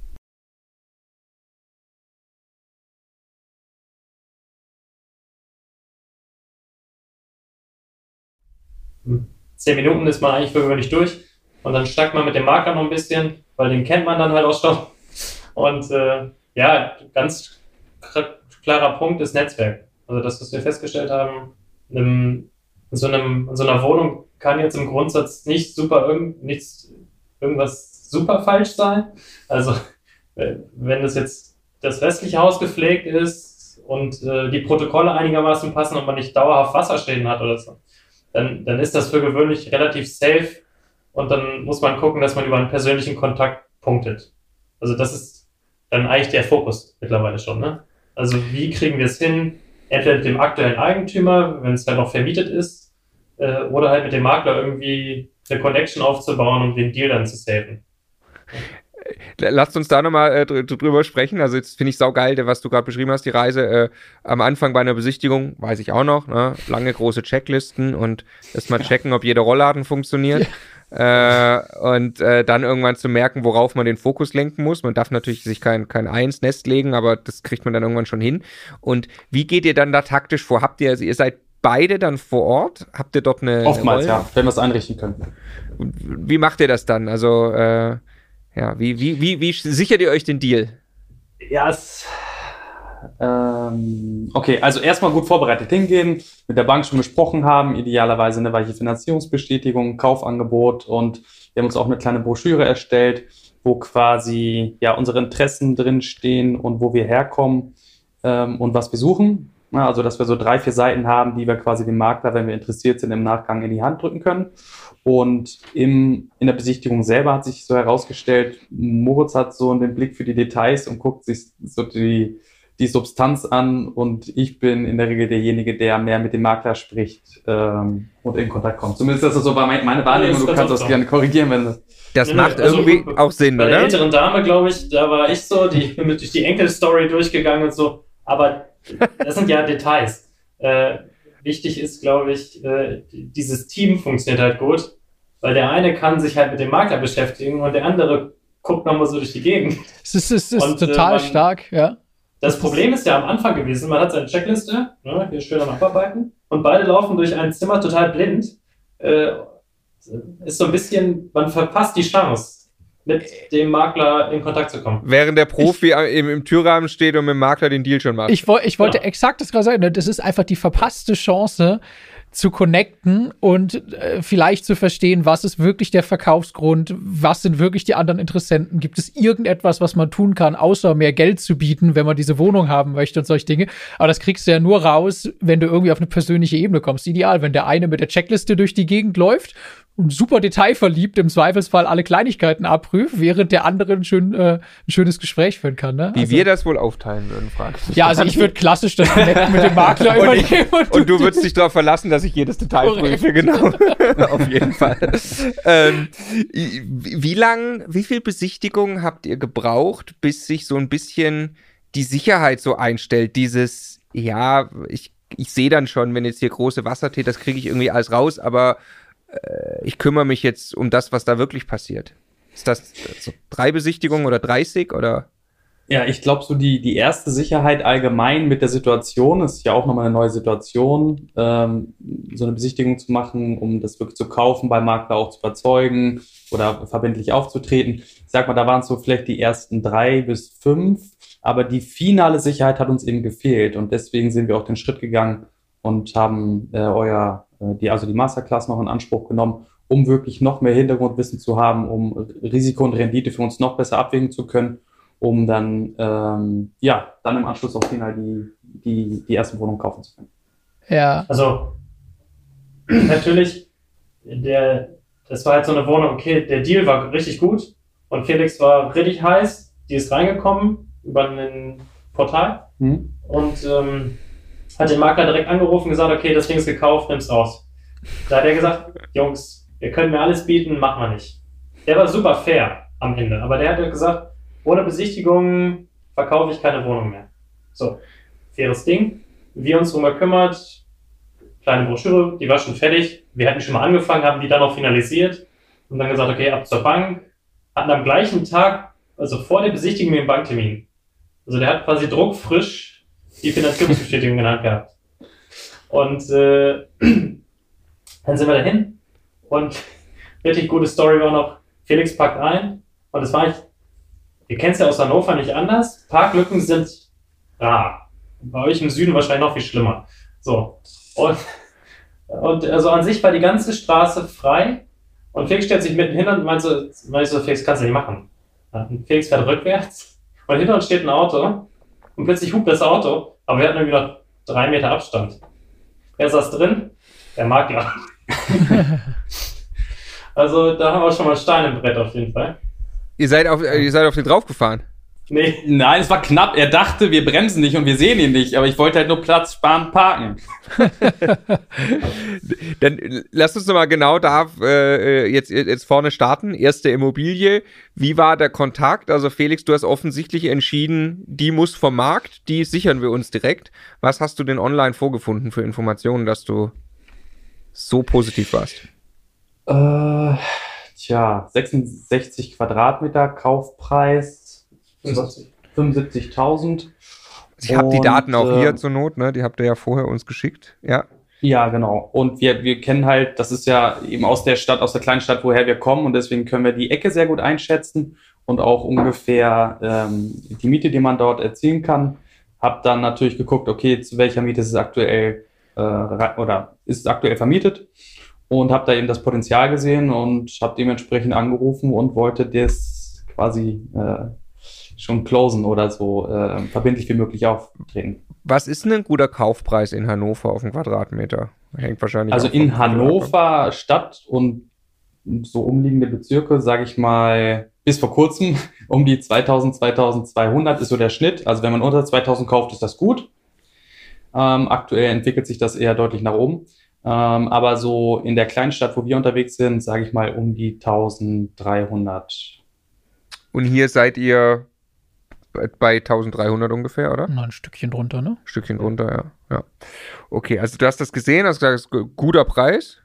Hm. Zehn Minuten ist man eigentlich gewöhnlich durch, und dann steigt man mit dem Makler noch ein bisschen, weil den kennt man dann halt auch schon. Und äh, ja, ganz klarer Punkt ist Netzwerk. Also das, was wir festgestellt haben, in, einem, in, so, einem, in so einer Wohnung kann jetzt im Grundsatz nicht super irgend, nichts, irgendwas super falsch sein. Also wenn das jetzt das restliche Haus gepflegt ist, und äh, die Protokolle einigermaßen passen und man nicht dauerhaft Wasserschäden hat oder so, dann, dann ist das für gewöhnlich relativ safe und dann muss man gucken, dass man über einen persönlichen Kontakt punktet. Also das ist dann eigentlich der Fokus mittlerweile schon, ne? Also wie kriegen wir es hin, entweder mit dem aktuellen Eigentümer, wenn es halt noch vermietet ist, äh, oder halt mit dem Makler irgendwie eine Connection aufzubauen, um den Deal dann zu saven. Lasst uns da nochmal äh, drüber sprechen. Also jetzt finde ich saugeil, was du gerade beschrieben hast, die Reise äh, am Anfang bei einer Besichtigung, weiß ich auch noch, ne? Lange große Checklisten und erstmal checken, ob jeder Rollladen funktioniert. Äh, und äh, dann irgendwann zu merken, worauf man den Fokus lenken muss. Man darf natürlich sich kein, kein Ei ins Nest legen, aber das kriegt man dann irgendwann schon hin. Und wie geht ihr dann da taktisch vor? Habt ihr, also ihr seid beide dann vor Ort? Habt ihr dort eine Oftmals, eine ja, wenn wir es einrichten können. Wie macht ihr das dann? Also äh, ja, wie, wie, wie, wie sichert ihr euch den Deal? Ja, es ähm, okay, also erstmal gut vorbereitet hingehen, mit der Bank schon gesprochen haben, idealerweise eine weiche Finanzierungsbestätigung, Kaufangebot, und wir haben uns auch eine kleine Broschüre erstellt, wo quasi ja unsere Interessen drinstehen und wo wir herkommen ähm, und was wir suchen. Ja, also dass wir so drei, vier Seiten haben, die wir quasi dem Makler, wenn wir interessiert sind, im Nachgang in die Hand drücken können. Und im, in der Besichtigung selber hat sich so herausgestellt, Moritz hat so den Blick für die Details und guckt sich so die, die Substanz an, und ich bin in der Regel derjenige, der mehr mit dem Makler spricht ähm, und in Kontakt kommt. Zumindest das ist so meine, meine Wahrnehmung, du kannst das gerne korrigieren, wenn das... Das nee, macht also irgendwie auch Sinn, bei oder? Bei der älteren Dame, glaube ich, da war ich so, die bin mit durch die Enkelstory durchgegangen und so, aber das sind ja Details. Äh, wichtig ist, glaube ich, äh, dieses Team funktioniert halt gut, weil der eine kann sich halt mit dem Makler beschäftigen und der andere guckt nochmal so durch die Gegend. Es ist, es ist und, total äh, man, stark, ja. Das Problem ist ja am Anfang gewesen, man hat seine Checkliste, ne, hier schön am Abarbeiten, und beide laufen durch ein Zimmer total blind. Äh, ist so ein bisschen, man verpasst die Chance, mit dem Makler in Kontakt zu kommen. Während der Profi ich, im, im Türrahmen steht und mit dem Makler den Deal schon macht. Ich, ich wollte genau. exakt das gerade sagen, ne? Das ist einfach die verpasste Chance, zu connecten und äh, vielleicht zu verstehen, was ist wirklich der Verkaufsgrund, was sind wirklich die anderen Interessenten, gibt es irgendetwas, was man tun kann, außer mehr Geld zu bieten, wenn man diese Wohnung haben möchte und solche Dinge. Aber das kriegst du ja nur raus, wenn du irgendwie auf eine persönliche Ebene kommst. Ideal, wenn der eine mit der Checkliste durch die Gegend läuft und super detailverliebt im Zweifelsfall alle Kleinigkeiten abprüft, während der andere ein, schön, äh, ein schönes Gespräch führen kann. Ne? Wie also, wir das wohl aufteilen würden, frage ich. Ja, also ich würde klassisch das Connecten mit dem Makler und übernehmen. Ich, und, und du würdest dich darauf verlassen, dass ich jedes Detail prüfe, genau. Auf jeden Fall. ähm, wie lang, wie viel Besichtigungen habt ihr gebraucht, bis sich so ein bisschen die Sicherheit so einstellt? Dieses, ja, ich, ich sehe dann schon, wenn jetzt hier große Wassertät, das kriege ich irgendwie alles raus, aber äh, ich kümmere mich jetzt um das, was da wirklich passiert. Ist das so drei Besichtigungen oder dreißig oder? Ja, ich glaube, so die, die erste Sicherheit allgemein mit der Situation ist ja auch nochmal eine neue Situation, ähm, so eine Besichtigung zu machen, um das wirklich zu kaufen, beim Makler auch zu überzeugen oder verbindlich aufzutreten. Ich sag mal, da waren es so vielleicht die ersten drei bis fünf, aber die finale Sicherheit hat uns eben gefehlt, und deswegen sind wir auch den Schritt gegangen und haben äh, euer, äh, die, also die Masterclass noch in Anspruch genommen, um wirklich noch mehr Hintergrundwissen zu haben, um Risiko und Rendite für uns noch besser abwägen zu können, um dann, ähm, ja, dann im Anschluss auch final die, die, die erste Wohnung kaufen zu können. Ja. Also, natürlich, der, das war halt so eine Wohnung, okay, der Deal war richtig gut und Felix war richtig heiß, die ist reingekommen über ein Portal mhm. und ähm, hat den Makler direkt angerufen und gesagt, okay, das Ding ist gekauft, nimm's raus. Da hat er gesagt, Jungs, ihr könnt mir alles bieten, machen wir nicht. Der war super fair am Ende, aber der hat gesagt, ohne Besichtigung verkaufe ich keine Wohnung mehr. So, faires Ding. Wir uns drum gekümmert, kleine Broschüre, die war schon fertig. Wir hatten schon mal angefangen, haben die dann noch finalisiert und dann gesagt, okay, ab zur Bank. Hatten am gleichen Tag, also vor der Besichtigung, den Banktermin. Also der hat quasi druckfrisch die Finanzierungsbestätigung in der Hand gehabt. Und äh, dann sind wir dahin und richtig gute Story war noch, Felix packt ein und es war eigentlich, ihr kennt es ja aus Hannover nicht anders. Parklücken sind rar. Bei euch im Süden wahrscheinlich noch viel schlimmer. So. Und, und also an sich war die ganze Straße frei. Und Felix stellt sich mitten hin und meint so, meint so, Felix, kannst du nicht machen. Und Felix fährt rückwärts. Und hinter uns steht ein Auto. Und plötzlich hupt das Auto. Aber wir hatten irgendwie noch drei Meter Abstand. Wer saß drin? Der Makler. Also da haben wir schon mal Stein im Brett auf jeden Fall. Ihr seid auf, ihr seid auf den draufgefahren? Nee. Nein, es war knapp. Er dachte, wir bremsen nicht und wir sehen ihn nicht. Aber ich wollte halt nur Platz sparen, parken. Dann lass uns nochmal genau da äh, jetzt, jetzt vorne starten. Erste Immobilie. Wie war der Kontakt? Also Felix, du hast offensichtlich entschieden, die muss vom Markt, die sichern wir uns direkt. Was hast du denn online vorgefunden für Informationen, dass du so positiv warst? Äh, tja, sechsundsechzig Quadratmeter Kaufpreis. fünfundsiebzigtausend. Ich habe die Daten auch äh, hier zur Not, ne? Die habt ihr ja vorher uns geschickt, ja. Ja, genau. Und wir, wir kennen halt, das ist ja eben aus der Stadt, aus der kleinen Stadt, woher wir kommen und deswegen können wir die Ecke sehr gut einschätzen und auch ungefähr ähm, die Miete, die man dort erzielen kann. Hab dann natürlich geguckt, okay, zu welcher Miete ist es aktuell äh, oder ist es aktuell vermietet und habe da eben das Potenzial gesehen und habe dementsprechend angerufen und wollte das quasi äh, schon closen oder so äh, verbindlich wie möglich auftreten. Was ist denn ein guter Kaufpreis in Hannover auf einen Quadratmeter? Hängt wahrscheinlich Also auch vom in Hannover Stadt und so umliegende Bezirke, sage ich mal, bis vor kurzem um die zweitausend, zweitausendzweihundert ist so der Schnitt. Also wenn man unter zweitausend kauft, ist das gut. Ähm, aktuell entwickelt sich das eher deutlich nach oben. Ähm, aber so in der Kleinstadt, wo wir unterwegs sind, sage ich mal um die eintausenddreihundert. Und hier seid ihr bei eintausenddreihundert ungefähr, oder? Na, ein Stückchen drunter, ne? Ein Stückchen drunter, ja. ja. Okay, also du hast das gesehen, hast gesagt, das ist ein guter Preis.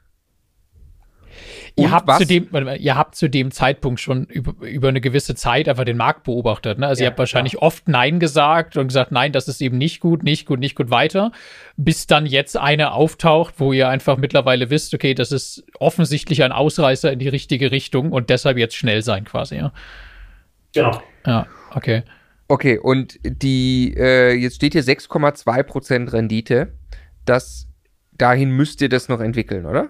Ihr Und habt, was? zu dem, warte mal, ihr habt zu dem Zeitpunkt schon über, über eine gewisse Zeit einfach den Markt beobachtet. Ne? Also Ja, ihr habt wahrscheinlich oft Nein gesagt und gesagt, nein, das ist eben nicht gut, nicht gut, nicht gut weiter, bis dann jetzt eine auftaucht, wo ihr einfach mittlerweile wisst, okay, das ist offensichtlich ein Ausreißer in die richtige Richtung und deshalb jetzt schnell sein quasi. Ja, Genau. ja, okay. Okay, und die, äh, jetzt steht hier sechs Komma zwei Prozent Rendite. Das, dahin müsst ihr das noch entwickeln, oder?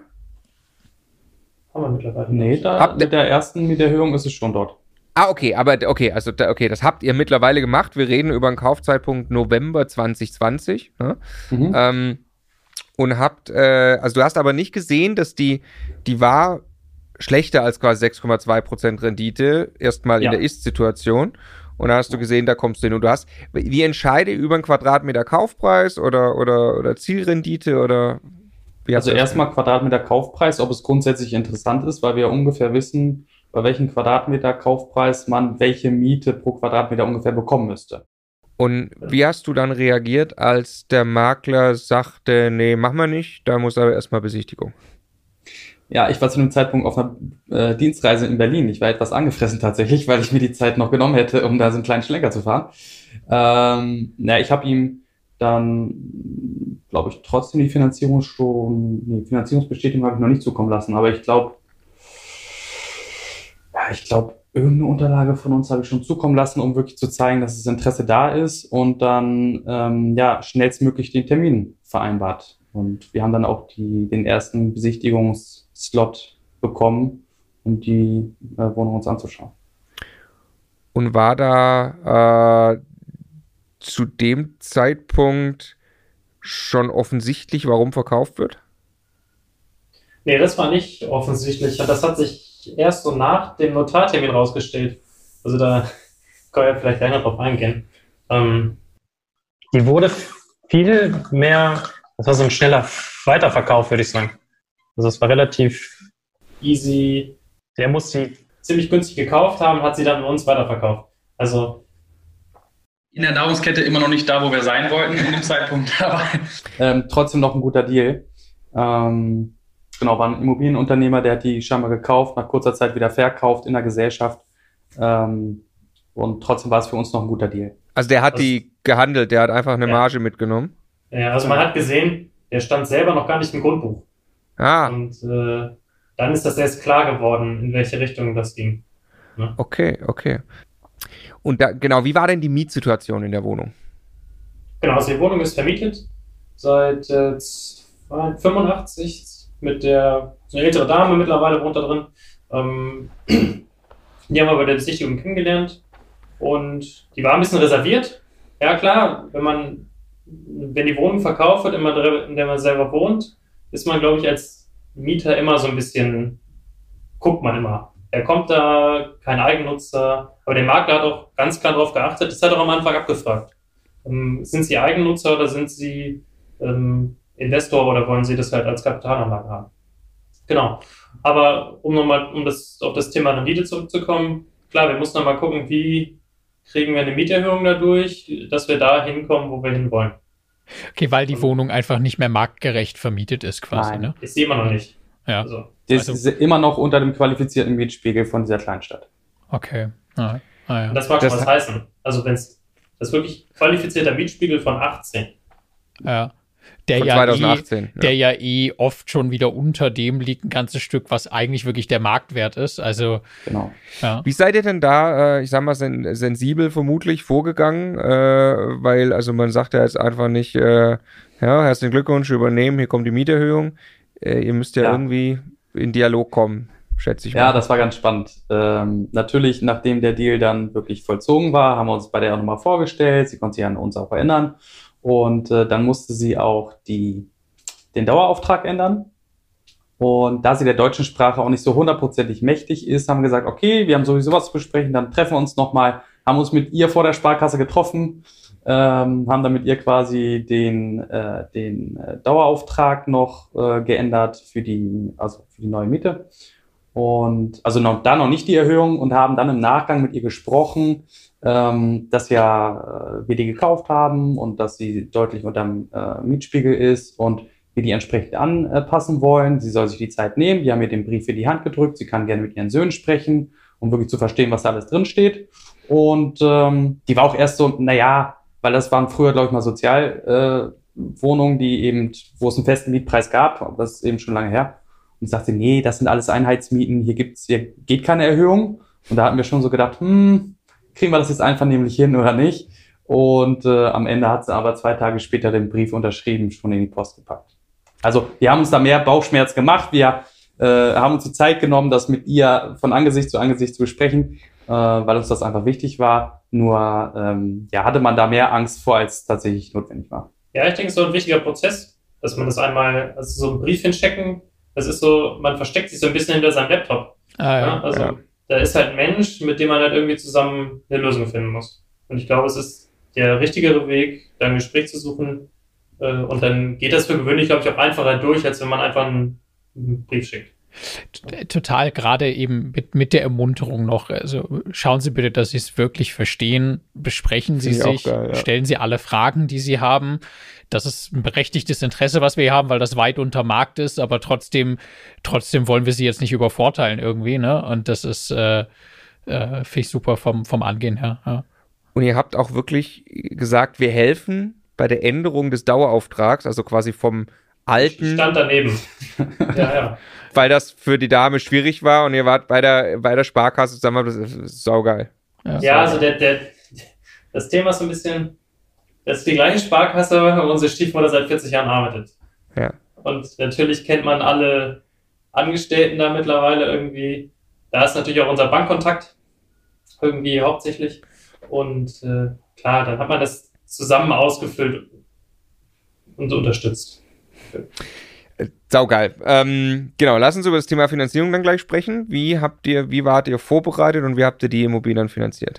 Haben wir mittlerweile. Nee, da Habt ihr- mit der ersten Mieterhöhung ist es schon dort. Ah, okay, aber okay, also da, okay, das habt ihr mittlerweile gemacht. Wir reden über einen Kaufzeitpunkt November zwanzig zwanzig. Ne? Mhm. Ähm, und habt, äh, also du hast aber nicht gesehen, dass die, die war schlechter als quasi sechs Komma zwei Prozent Rendite, erstmal in Ja. der Ist-Situation. Und da hast du gesehen, da kommst du hin. Und du hast, wie entscheide über einen Quadratmeter Kaufpreis oder, oder, oder Zielrendite oder wie hast Also du das erstmal Quadratmeter Kaufpreis, ob es grundsätzlich interessant ist, weil wir ungefähr wissen, bei welchem Quadratmeter Kaufpreis man welche Miete pro Quadratmeter ungefähr bekommen müsste. Und wie hast du dann reagiert, als der Makler sagte, nee, mach mal nicht, da muss aber erstmal Besichtigung? Ja, ich war zu dem Zeitpunkt auf einer äh, Dienstreise in Berlin. Ich war etwas angefressen tatsächlich, weil ich mir die Zeit noch genommen hätte, um da so einen kleinen Schlenker zu fahren. Ähm, na, ich habe ihm dann, glaube ich, trotzdem die Finanzierung schon, die Finanzierungsbestätigung habe ich noch nicht zukommen lassen, aber ich glaube, ja, ich glaube, irgendeine Unterlage von uns habe ich schon zukommen lassen, um wirklich zu zeigen, dass das Interesse da ist und dann, ähm, ja, schnellstmöglich den Termin vereinbart. Und wir haben dann auch die, den ersten Besichtigungsslot bekommen, um die äh, Wohnung uns anzuschauen. Und war da äh, zu dem Zeitpunkt schon offensichtlich, warum verkauft wird? Nee, das war nicht offensichtlich. Das hat sich erst so nach dem Notartermin rausgestellt. Also da kann ich vielleicht gleich noch drauf eingehen. Ähm, Die wurde viel mehr, das war so ein schneller Weiterverkauf, würde ich sagen. Also es war relativ, easy, der muss sie, ziemlich günstig gekauft haben, hat sie dann an uns weiterverkauft. Also In der Nahrungskette immer noch nicht da, wo wir sein wollten in dem Zeitpunkt, aber Ähm, trotzdem noch ein guter Deal. Ähm, genau, war ein Immobilienunternehmer, der hat die scheinbar gekauft, nach kurzer Zeit wieder verkauft in der Gesellschaft. Ähm, und trotzdem war es für uns noch ein guter Deal. Also der hat Was- die gehandelt, der hat einfach eine Ja. Marge mitgenommen. ja, also man hat gesehen, der stand selber noch gar nicht im Grundbuch. Ah, Und äh, dann ist das erst klar geworden, in welche Richtung das ging. okay, okay. Und da, genau, wie war denn die Mietsituation in der Wohnung? Genau, also die Wohnung ist vermietet seit äh, fünfundachtzig mit der, so eine ältere Dame mittlerweile wohnt da drin. Ähm, die haben wir bei der Besichtigung kennengelernt und die war ein bisschen reserviert. Ja klar, wenn man wenn die Wohnung verkauft wird, immer, in der man selber wohnt, ist man, glaube ich, als Mieter immer so ein bisschen, guckt man immer. Er kommt da, kein Eigennutzer, aber der Makler hat auch ganz klar darauf geachtet, das hat er am Anfang abgefragt. Ähm, sind Sie Eigennutzer oder sind Sie ähm, Investor oder wollen Sie das halt als Kapitalanlage haben? Genau. Aber um nochmal, um das, auf das Thema Rendite zurückzukommen, klar, wir mussten nochmal gucken, wie kriegen wir eine Mieterhöhung dadurch, dass wir da hinkommen, wo wir hinwollen. Okay, weil die Wohnung einfach nicht mehr marktgerecht vermietet ist quasi, Nein. ne? Ist sie immer noch nicht. Ja. Also, Das Also- ist immer noch unter dem qualifizierten Mietspiegel von dieser Kleinstadt. Okay. Ah, ah, ja. und das mag schon Das- was heißen. Also wenn es, das ist wirklich qualifizierter Mietspiegel von achtzehn. ja. Der Von ja, zweitausendachtzehn. eh, der ja eh oft schon wieder unter dem liegt, ein ganzes Stück, was eigentlich wirklich der Marktwert ist. Also, Genau. ja. Wie seid ihr denn da, äh, ich sag mal, sen sensibel vermutlich vorgegangen? Äh, weil, also man sagt ja jetzt einfach nicht, äh, ja, herzlichen Glückwunsch, übernehmen, hier kommt die Mieterhöhung. Äh, ihr müsst ja, Ja. irgendwie in Dialog kommen, schätze ich mal. Ja, das war ganz spannend. Ähm, natürlich, nachdem der Deal dann wirklich vollzogen war, haben wir uns bei der auch nochmal vorgestellt. Sie konnte sich an uns auch erinnern. Und äh, dann musste sie auch die, den Dauerauftrag ändern. Und da sie der deutschen Sprache auch nicht so hundertprozentig mächtig ist, haben wir gesagt, okay, wir haben sowieso was zu besprechen, dann treffen wir uns nochmal, haben uns mit ihr vor der Sparkasse getroffen, ähm, haben dann mit ihr quasi den, äh, den äh, Dauerauftrag noch äh, geändert für die, also für die neue Miete. Und also noch, da noch nicht die Erhöhung und haben dann im Nachgang mit ihr gesprochen, ähm, dass ja äh, wir die gekauft haben und dass sie deutlich unterm äh, Mietspiegel ist und wir die entsprechend anpassen wollen. Sie soll sich die Zeit nehmen. Wir haben ihr den Brief in die Hand gedrückt. Sie kann gerne mit ihren Söhnen sprechen, um wirklich zu verstehen, was da alles drin steht. Und ähm, die war auch erst so, naja, weil das waren früher, glaube ich, mal Sozialwohnungen, äh, Wohnungen, die eben, wo es einen festen Mietpreis gab. Aber das ist eben schon lange her. Und sagte, nee, das sind alles Einheitsmieten. Hier gibt's, hier geht keine Erhöhung. Und da hatten wir schon so gedacht, hm, kriegen wir das jetzt einvernehmlich hin oder nicht? Und äh, am Ende hat sie aber zwei Tage später den Brief unterschrieben, schon in die Post gepackt. Also wir haben uns da mehr Bauchschmerz gemacht. Wir äh, haben uns die Zeit genommen, das mit ihr von Angesicht zu Angesicht zu besprechen, äh, weil uns das einfach wichtig war. Nur ähm, ja, hatte man da mehr Angst vor, als tatsächlich notwendig war. Ja, ich denke, es ist so ein wichtiger Prozess, dass man das einmal, also so einen Brief hinchecken, das ist so, man versteckt sich so ein bisschen hinter seinem Laptop. Ah, Ja, ja. also ja. da ist halt ein Mensch, mit dem man halt irgendwie zusammen eine Lösung finden muss. Und ich glaube, es ist der richtigere Weg, da ein Gespräch zu suchen. Äh, und dann geht das für gewöhnlich, glaube ich, auch einfacher durch, als wenn man einfach einen, einen Brief schickt. T- Total, gerade eben mit, mit der Ermunterung noch. Also schauen Sie bitte, dass Sie es wirklich verstehen. Besprechen Sie Finde ich auch sich, geil, ja. stellen Sie alle Fragen, die Sie haben. Das ist ein berechtigtes Interesse, was wir hier haben, weil das weit unter Markt ist, aber trotzdem, trotzdem wollen wir Sie jetzt nicht übervorteilen irgendwie, ne? Und das ist, äh, äh, finde ich super vom, vom Angehen her. Ja. Und ihr habt auch wirklich gesagt, wir helfen bei der Änderung des Dauerauftrags, also quasi vom Ich alten, stand daneben. ja, ja. weil das für die Dame schwierig war und ihr wart bei der, bei der Sparkasse zusammen, das ist saugeil. Ja, also der, der, das Thema ist so ein bisschen, das ist die gleiche Sparkasse, wo unsere Stiefmutter seit vierzig Jahren arbeitet. Ja. Und natürlich kennt man alle Angestellten da mittlerweile irgendwie. Da ist natürlich auch unser Bankkontakt irgendwie hauptsächlich. Und äh, klar, dann hat man das zusammen ausgefüllt und unterstützt. Äh, Saugeil. Ähm, genau, lass uns über das Thema Finanzierung dann gleich sprechen. Wie habt ihr, wie wart ihr vorbereitet und wie habt ihr die Immobilien dann finanziert?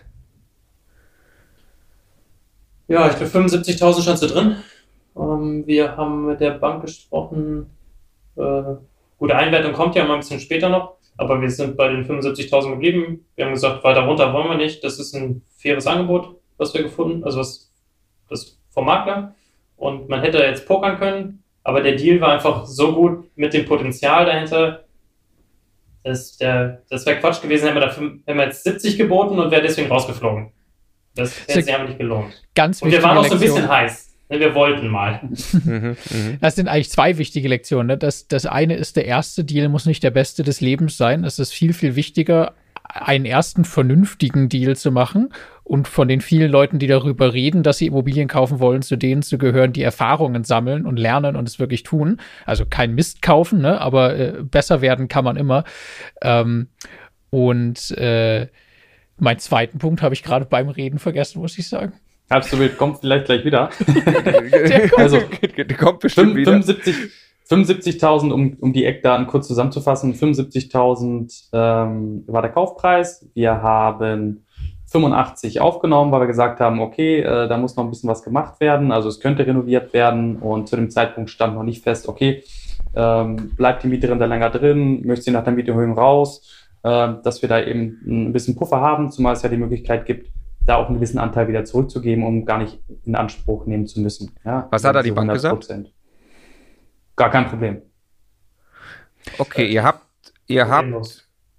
Ja, ich glaube fünfundsiebzigtausend stand so drin. Ähm, wir haben mit der Bank gesprochen. Äh, gute Einwertung kommt ja immer ein bisschen später noch, aber wir sind bei den fünfundsiebzigtausend geblieben. Wir haben gesagt, weiter runter wollen wir nicht. Das ist ein faires Angebot, was wir gefunden, also was das vom Makler. Und man hätte jetzt pokern können, aber der Deal war einfach so gut mit dem Potenzial dahinter. Das, der, das wäre Quatsch gewesen, hätten wir, dafür, hätten wir jetzt siebzig geboten und wäre deswegen rausgeflogen. Das hätte sich einfach nicht gelohnt. Ganz Und wir wichtige waren auch so ein Lektion. bisschen heiß. Ne, wir wollten mal. Mhm, mhm. Das sind eigentlich zwei wichtige Lektionen. Ne? Das, das eine ist, der erste Deal muss nicht der beste des Lebens sein. Es ist viel, viel wichtiger, einen ersten vernünftigen Deal zu machen und von den vielen Leuten, die darüber reden, dass sie Immobilien kaufen wollen, zu denen zu gehören, die Erfahrungen sammeln und lernen und es wirklich tun. Also kein Mist kaufen, ne? aber äh, besser werden kann man immer. Ähm, und äh, meinen zweiten Punkt habe ich gerade beim Reden vergessen, muss ich sagen. Halb so wild, kommt vielleicht gleich wieder. Der kommt, Also, der kommt bestimmt wieder. fünfundsiebzigtausend, um, um die Eckdaten kurz zusammenzufassen, fünfundsiebzigtausend ähm, war der Kaufpreis. Wir haben fünfundachtzig aufgenommen, weil wir gesagt haben, okay, äh, da muss noch ein bisschen was gemacht werden, also es könnte renoviert werden und zu dem Zeitpunkt stand noch nicht fest, okay, ähm, bleibt die Mieterin da länger drin, möchte sie nach der Mieterhöhung raus, äh, dass wir da eben ein bisschen Puffer haben, zumal es ja die Möglichkeit gibt, da auch einen gewissen Anteil wieder zurückzugeben, um gar nicht in Anspruch nehmen zu müssen. Ja, was hat da die Bank gesagt? Gar kein Problem. Okay, ihr habt, ihr habt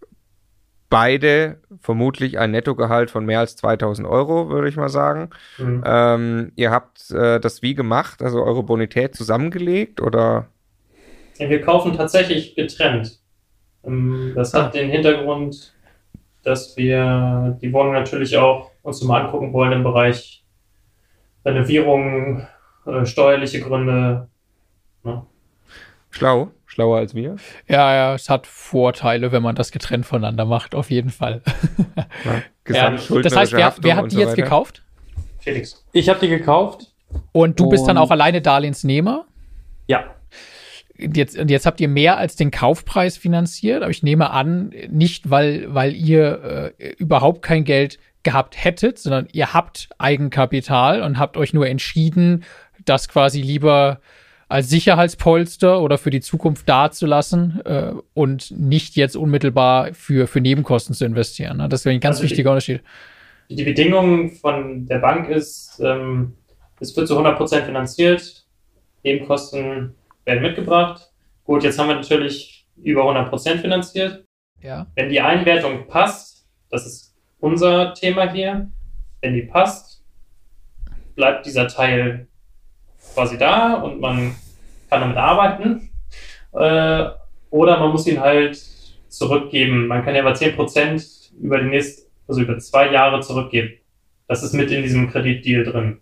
beide vermutlich ein Nettogehalt von mehr als zweitausend Euro, würde ich mal sagen. Mhm. Ähm, ihr habt äh, das wie gemacht, also eure Bonität zusammengelegt, oder? Ja, wir kaufen tatsächlich getrennt. Ähm, das hat den Hintergrund, dass wir die Wohnung natürlich auch uns mal angucken wollen im Bereich Renovierung, äh, steuerliche Gründe. Ne? Schlau, schlauer als wir. Ja, ja, es hat Vorteile, wenn man das getrennt voneinander macht, auf jeden Fall. Ja, ja, das heißt, wer, wer hat die so jetzt gekauft? Felix. Ich habe die gekauft. Und du und bist dann auch alleine Darlehensnehmer? Ja. Jetzt, jetzt habt ihr mehr als den Kaufpreis finanziert, aber ich nehme an, nicht, weil, weil ihr äh, überhaupt kein Geld gehabt hättet, sondern ihr habt Eigenkapital und habt euch nur entschieden, das quasi lieber als Sicherheitspolster oder für die Zukunft dazulassen äh, und nicht jetzt unmittelbar für, für Nebenkosten zu investieren. Ne? Das wäre ein ganz also wichtiger die, Unterschied. Die Bedingung von der Bank ist, ähm, es wird zu hundert Prozent finanziert, Nebenkosten werden mitgebracht. Gut, jetzt haben wir natürlich über hundert Prozent finanziert. Ja. Wenn die Einwertung passt, das ist unser Thema hier, wenn die passt, bleibt dieser Teil quasi da und man kann damit arbeiten. Äh, oder man muss ihn halt zurückgeben. Man kann ja aber zehn Prozent über die nächsten, also über zwei Jahre zurückgeben. Das ist mit in diesem Kreditdeal drin.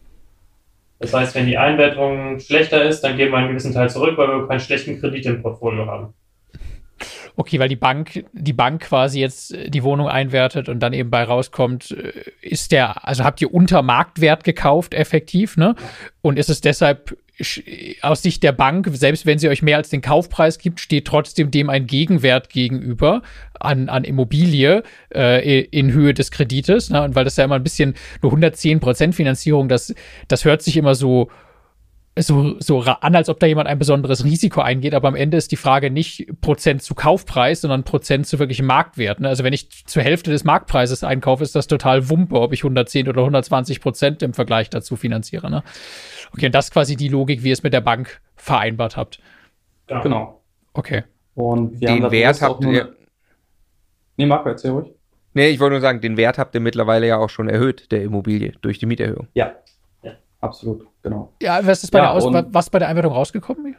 Das heißt, wenn die Einwertung schlechter ist, dann geben wir einen gewissen Teil zurück, weil wir keinen schlechten Kredit im Portfolio haben. Okay, weil die Bank, die Bank quasi jetzt die Wohnung einwertet und dann eben bei rauskommt, ist der, also habt ihr unter Marktwert gekauft, effektiv, ne? Und ist es deshalb aus Sicht der Bank, selbst wenn sie euch mehr als den Kaufpreis gibt, steht trotzdem dem ein Gegenwert gegenüber an, an Immobilie äh, in Höhe des Kredites, ne? Und weil das ja immer ein bisschen nur hundertzehn Prozent Finanzierung, das, das hört sich immer so So, so an, als ob da jemand ein besonderes Risiko eingeht, aber am Ende ist die Frage nicht Prozent zu Kaufpreis, sondern Prozent zu wirklichem Marktwert. Ne? Also wenn ich zur Hälfte des Marktpreises einkaufe, ist das total Wumpe, ob ich hundertzehn oder hundertzwanzig Prozent im Vergleich dazu finanziere. Ne? Okay, und das ist quasi die Logik, wie ihr es mit der Bank vereinbart habt. Ja. Genau. Okay. Und wir den haben Wert habt ihr... Eine... Nee, Marco, erzähl ruhig. Nee, ich wollte nur sagen, den Wert habt ihr mittlerweile ja auch schon erhöht, der Immobilie, durch die Mieterhöhung. Ja. Absolut, genau. Ja, was ist bei, ja, der, Aus- was bei der Einwertung rausgekommen?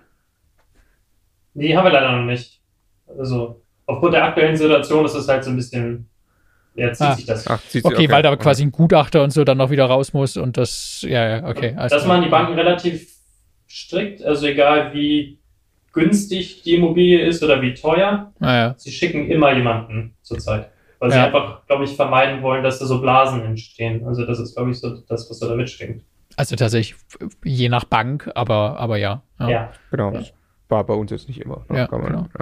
Die haben wir leider noch nicht. Also, aufgrund der aktuellen Situation ist es halt so ein bisschen, ja, zieht ah. sich das. Ach, zieht okay, sich, okay, weil da quasi ein Gutachter und so dann noch wieder raus muss und das, ja, ja, okay. Das machen die Banken relativ strikt, also egal wie günstig die Immobilie ist oder wie teuer, ah, ja. sie schicken immer jemanden zurzeit. Weil ja. sie einfach, glaube ich, vermeiden wollen, dass da so Blasen entstehen. Also das ist, glaube ich, so das, was da mitschwingt. Also tatsächlich je nach Bank, aber, aber ja. Ja, ja. Genau. Ja. War bei uns jetzt nicht immer. Ja, kann man, genau. ja.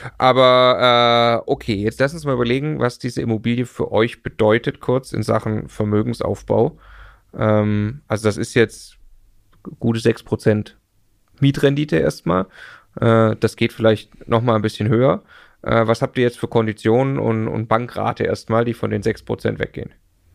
Aber äh, okay, jetzt lass uns mal überlegen, was diese Immobilie für euch bedeutet, kurz in Sachen Vermögensaufbau. Ähm, also das ist jetzt gute sechs Prozent Mietrendite erstmal. Äh, das geht vielleicht nochmal ein bisschen höher. Äh, was habt ihr jetzt für Konditionen und, und Bankrate erstmal, die von den sechs Prozent weggehen?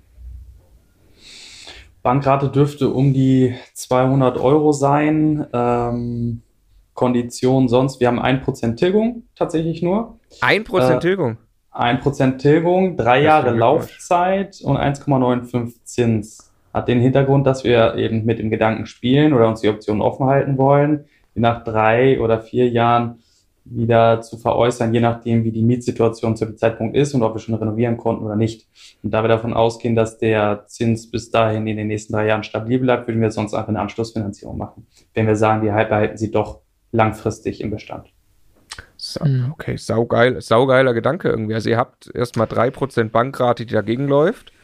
Bankrate dürfte um die zweihundert Euro sein. Ähm, Kondition sonst, wir haben ein Prozent Tilgung tatsächlich nur. ein Prozent äh, Tilgung? ein Prozent Tilgung, drei Jahre Laufzeit und eins Komma fünfundneunzig Zins. Hat den Hintergrund, dass wir eben mit dem Gedanken spielen oder uns die Option offen halten wollen, die nach drei oder vier Jahren wieder zu veräußern, je nachdem, wie die Mietsituation zu dem Zeitpunkt ist und ob wir schon renovieren konnten oder nicht. Und da wir davon ausgehen, dass der Zins bis dahin in den nächsten drei Jahren stabil bleibt, würden wir sonst einfach eine Anschlussfinanzierung machen. Wenn wir sagen, wir behalten sie doch langfristig im Bestand. So, okay, saugeil, saugeiler Gedanke irgendwie. Also ihr habt erstmal drei Prozent Bankrate, die dagegen läuft.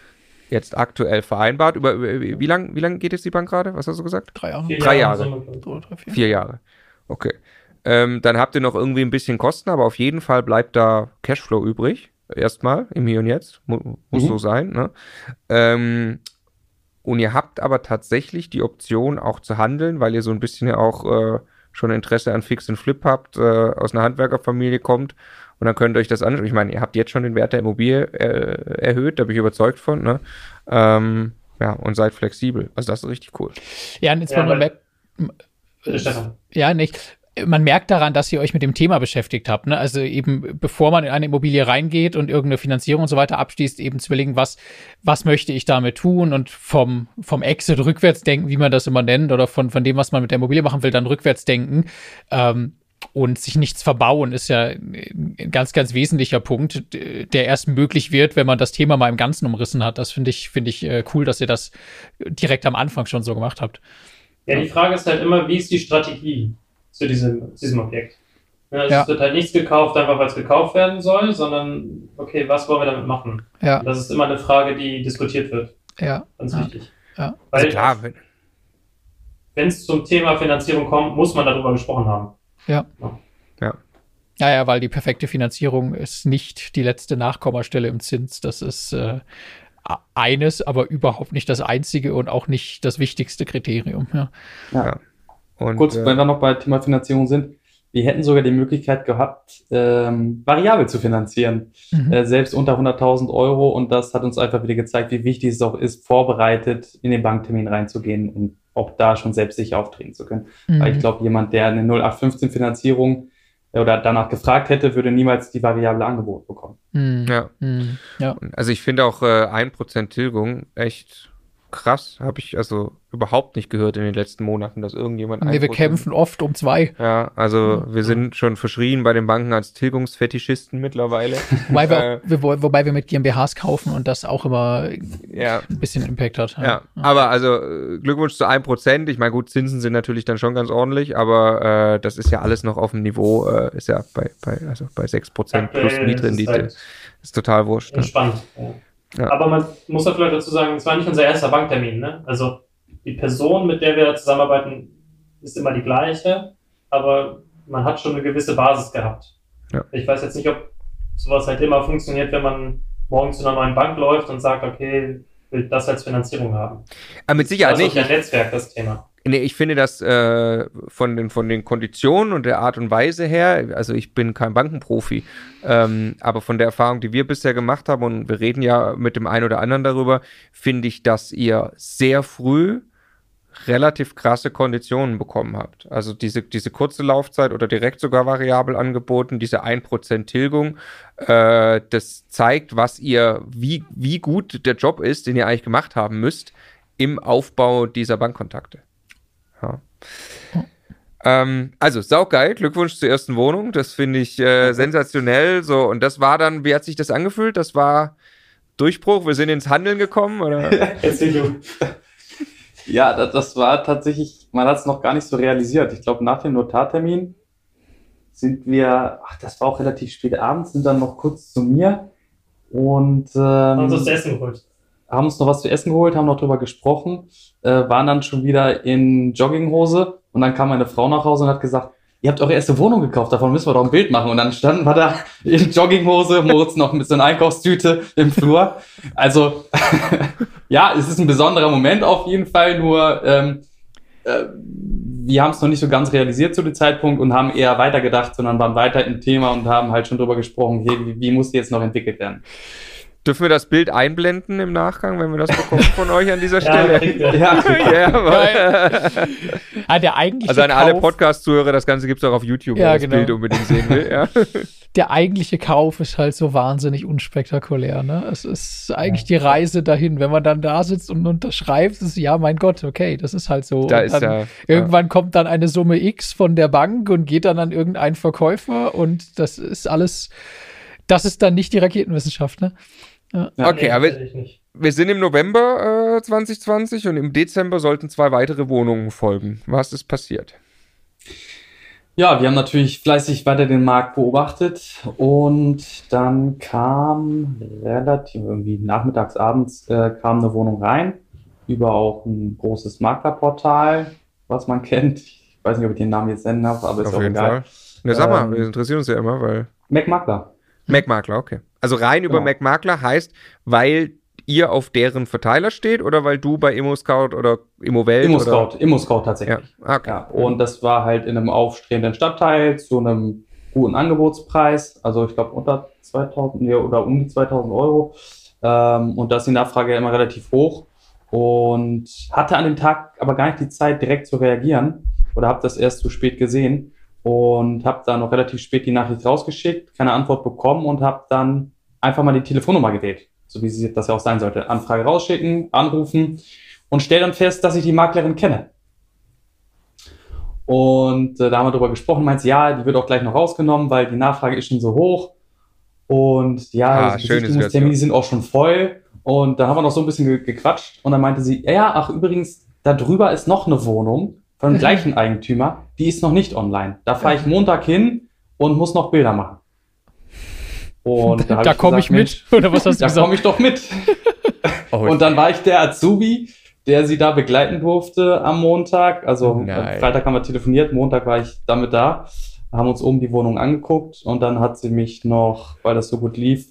jetzt aktuell vereinbart. Über, über wie lange wie lang geht jetzt die Bank gerade? Was hast du gesagt? Drei Jahre. Vier Drei Jahre. Jahre. So, drei, vier. Vier Jahre. Okay. Ähm, dann habt ihr noch irgendwie ein bisschen Kosten, aber auf jeden Fall bleibt da Cashflow übrig. Erstmal im Hier und Jetzt. Mu- muss Mhm. so sein. Ne? Ähm, und ihr habt aber tatsächlich die Option auch zu handeln, weil ihr so ein bisschen ja auch äh, schon Interesse an Fix and Flip habt, äh, aus einer Handwerkerfamilie kommt. Und dann könnt ihr euch das anschauen. Ich meine, ihr habt jetzt schon den Wert der Immobilie äh, erhöht, da bin ich überzeugt von. Ne? Ähm, ja, und seid flexibel. Also das ist richtig cool. Ja, und jetzt Ja, mal weil- merkt, Bitte, Stefan. ja, nicht. Man merkt daran, dass ihr euch mit dem Thema beschäftigt habt. Ne? Also eben, bevor man in eine Immobilie reingeht und irgendeine Finanzierung und so weiter abschließt, eben zu überlegen, was, was möchte ich damit tun und vom, vom Exit rückwärts denken, wie man das immer nennt, oder von, von dem, was man mit der Immobilie machen will, dann rückwärts denken. Ähm, und sich nichts verbauen, ist ja ein ganz, ganz wesentlicher Punkt, der erst möglich wird, wenn man das Thema mal im Ganzen umrissen hat. Das finde ich, finde ich äh, cool, dass ihr das direkt am Anfang schon so gemacht habt. Ja, die Frage ist halt immer, wie ist die Strategie zu diesem, zu diesem Objekt? Ja, es Ja. wird halt nichts gekauft, einfach weil es gekauft werden soll, sondern, okay, was wollen wir damit machen? Ja, Das ist immer eine Frage, die diskutiert wird. ja. Ganz Ja. wichtig. Ja. Weil, Also klar, wenn, wenn es zum Thema Finanzierung kommt, muss man darüber gesprochen haben. Ja. Ja. Ja, ja, weil die perfekte Finanzierung ist nicht die letzte Nachkommastelle im Zins. Das ist äh, eines, aber überhaupt nicht das einzige und auch nicht das wichtigste Kriterium. Ja. Ja. und, Kurz, äh, wenn wir noch bei Thema Finanzierung sind. Wir hätten sogar die Möglichkeit gehabt, ähm, variabel zu finanzieren, Mhm. äh, selbst unter hunderttausend Euro. Und das hat uns einfach wieder gezeigt, wie wichtig es auch ist, vorbereitet in den Banktermin reinzugehen und auch da schon selbst sich auftreten zu können. Mhm. Weil ich glaube, jemand, der eine null acht fünfzehn Finanzierung äh, oder danach gefragt hätte, würde niemals die variable Angebot bekommen. Mhm. Ja. Mhm. Ja. Also ich finde auch äh, ein Prozent Tilgung echt krass. Habe ich also überhaupt nicht gehört in den letzten Monaten, dass irgendjemand Nee, wir ein Prozent kämpfen oft um zwei. Ja, also wir sind schon verschrien bei den Banken als Tilgungsfetischisten mittlerweile. Wobei wir, Äh, auch, wir, wo- wobei wir mit GmbHs kaufen und das auch immer ja. ein bisschen Impact hat. Ja, aber also äh, Glückwunsch zu ein Prozent. Ich meine, gut, Zinsen sind natürlich dann schon ganz ordentlich, aber äh, das ist ja alles noch auf dem Niveau, äh, ist ja bei, bei, also bei sechs Prozent plus Aktuell ist es Mietrendite. halt Ist total wurscht. Ne? entspannt. Ja. Ja. Aber man muss ja vielleicht dazu sagen, es war nicht unser erster Banktermin. Ne? Also die Person, mit der wir da zusammenarbeiten, ist immer die gleiche, aber man hat schon eine gewisse Basis gehabt. Ja. Ich weiß jetzt nicht, ob sowas halt immer funktioniert, wenn man morgen zu einer neuen Bank läuft und sagt, okay, will das als Finanzierung haben. Aber mit Sicherheit Also nicht. der Netzwerk das Thema. Nee, ich finde das äh, von, den, von den Konditionen und der Art und Weise her, also ich bin kein Bankenprofi, ähm, aber von der Erfahrung, die wir bisher gemacht haben, und wir reden ja mit dem einen oder anderen darüber, finde ich, dass ihr sehr früh relativ krasse Konditionen bekommen habt. Also diese, diese kurze Laufzeit oder direkt sogar variabel angeboten, diese ein Prozent Tilgung, äh, das zeigt, was ihr, wie, wie gut der Job ist, den ihr eigentlich gemacht haben müsst im Aufbau dieser Bankkontakte. Ja. Ähm, also, saugeil, Glückwunsch zur ersten Wohnung, das finde ich äh, sensationell, so, und das war dann, wie hat sich das angefühlt? Das war Durchbruch, wir sind ins Handeln gekommen, oder? Erzähl du. Ja, das, das war tatsächlich, man hat es noch gar nicht so realisiert. Ich glaube, nach dem Notartermin sind wir, ach, das war auch relativ spät abends, sind dann noch kurz zu mir und ähm, Haben uns was zu essen geholt. haben uns noch was zu essen geholt, haben noch drüber gesprochen, äh, waren dann schon wieder in Jogginghose und dann kam meine Frau nach Hause und hat gesagt, ihr habt eure erste Wohnung gekauft, davon müssen wir doch ein Bild machen. Und dann standen wir da in Jogginghose, Moritz noch mit so einer Einkaufstüte im Flur. Also ja, es ist ein besonderer Moment auf jeden Fall, nur ähm, äh, wir haben es noch nicht so ganz realisiert zu dem Zeitpunkt und haben eher weitergedacht, sondern waren weiter im Thema und haben halt schon drüber gesprochen, hey, wie, wie muss die jetzt noch entwickelt werden? Dürfen wir das Bild einblenden im Nachgang, wenn wir das bekommen von euch an dieser Ja, Stelle? kriegt er. Ja, Ja, Geil. Ah, der eigentliche also an alle Kauf, Podcast-Zuhörer, das Ganze gibt es auch auf YouTube, Ja, wer das genau. Bild unbedingt sehen will. Ja. der eigentliche Kauf ist halt so wahnsinnig unspektakulär. Ne? Es ist eigentlich die Reise dahin. Wenn man dann da sitzt und unterschreibt, ist ja, mein Gott, okay, das ist halt so. Da Und ist dann ja, irgendwann kommt dann eine Summe X von der Bank und geht dann an irgendeinen Verkäufer und das ist alles, das ist dann nicht die Raketenwissenschaft, ne? Ja. Ja. Okay, aber- tatsächlich nicht. wir sind im November äh, zwanzig zwanzig und im Dezember sollten zwei weitere Wohnungen folgen. Was ist passiert? Ja, wir haben natürlich fleißig weiter den Markt beobachtet und dann kam relativ irgendwie nachmittags, abends äh, kam eine Wohnung rein über auch ein großes Maklerportal, was man kennt. Ich weiß nicht, ob ich den Namen jetzt nennen darf, aber ist Auf auch jeden egal. Fall. Ne, sag mal, Ähm, wir interessieren uns ja immer, weil... Mac Makler. Mac Makler, okay. Also rein über Genau. Mac Makler heißt, weil ihr auf deren Verteiler steht oder weil du bei ImmoScout oder ImmoWelt Immo oder... Scout, Immo Scout tatsächlich. Ja, ah, okay. Ja, und das war halt in einem aufstrebenden Stadtteil zu einem guten Angebotspreis, also ich glaube unter zweitausend nee, oder um die zweitausend Euro. Ähm, und da ist die Nachfrage ja immer relativ hoch und hatte an dem Tag aber gar nicht die Zeit, direkt zu reagieren oder habe das erst zu spät gesehen und habe dann noch relativ spät die Nachricht rausgeschickt, keine Antwort bekommen und habe dann einfach mal die Telefonnummer gewählt, so wie sie das ja auch sein sollte. Anfrage rausschicken, anrufen und stelle dann fest, dass ich die Maklerin kenne. Und äh, da haben wir darüber gesprochen, meint sie, ja, die wird auch gleich noch rausgenommen, weil die Nachfrage ist schon so hoch. Und ja, Ah, also schöne Besichtigungstermine sind auch schon voll. Und da haben wir noch so ein bisschen ge gequatscht. Und dann meinte sie, ja, ja, ach übrigens, da drüber ist noch eine Wohnung von dem gleichen Eigentümer, die ist noch nicht online. Da fahre ich Montag hin und muss noch Bilder machen. Und da, Da komme ich mit, oder was hast du Da gesagt? komme ich doch mit. Oh, Und dann war ich der Azubi, der sie da begleiten durfte am Montag. Also Nein. am Freitag haben wir telefoniert, Montag war ich damit da, haben uns oben die Wohnung angeguckt und dann hat sie mich noch, weil das so gut lief,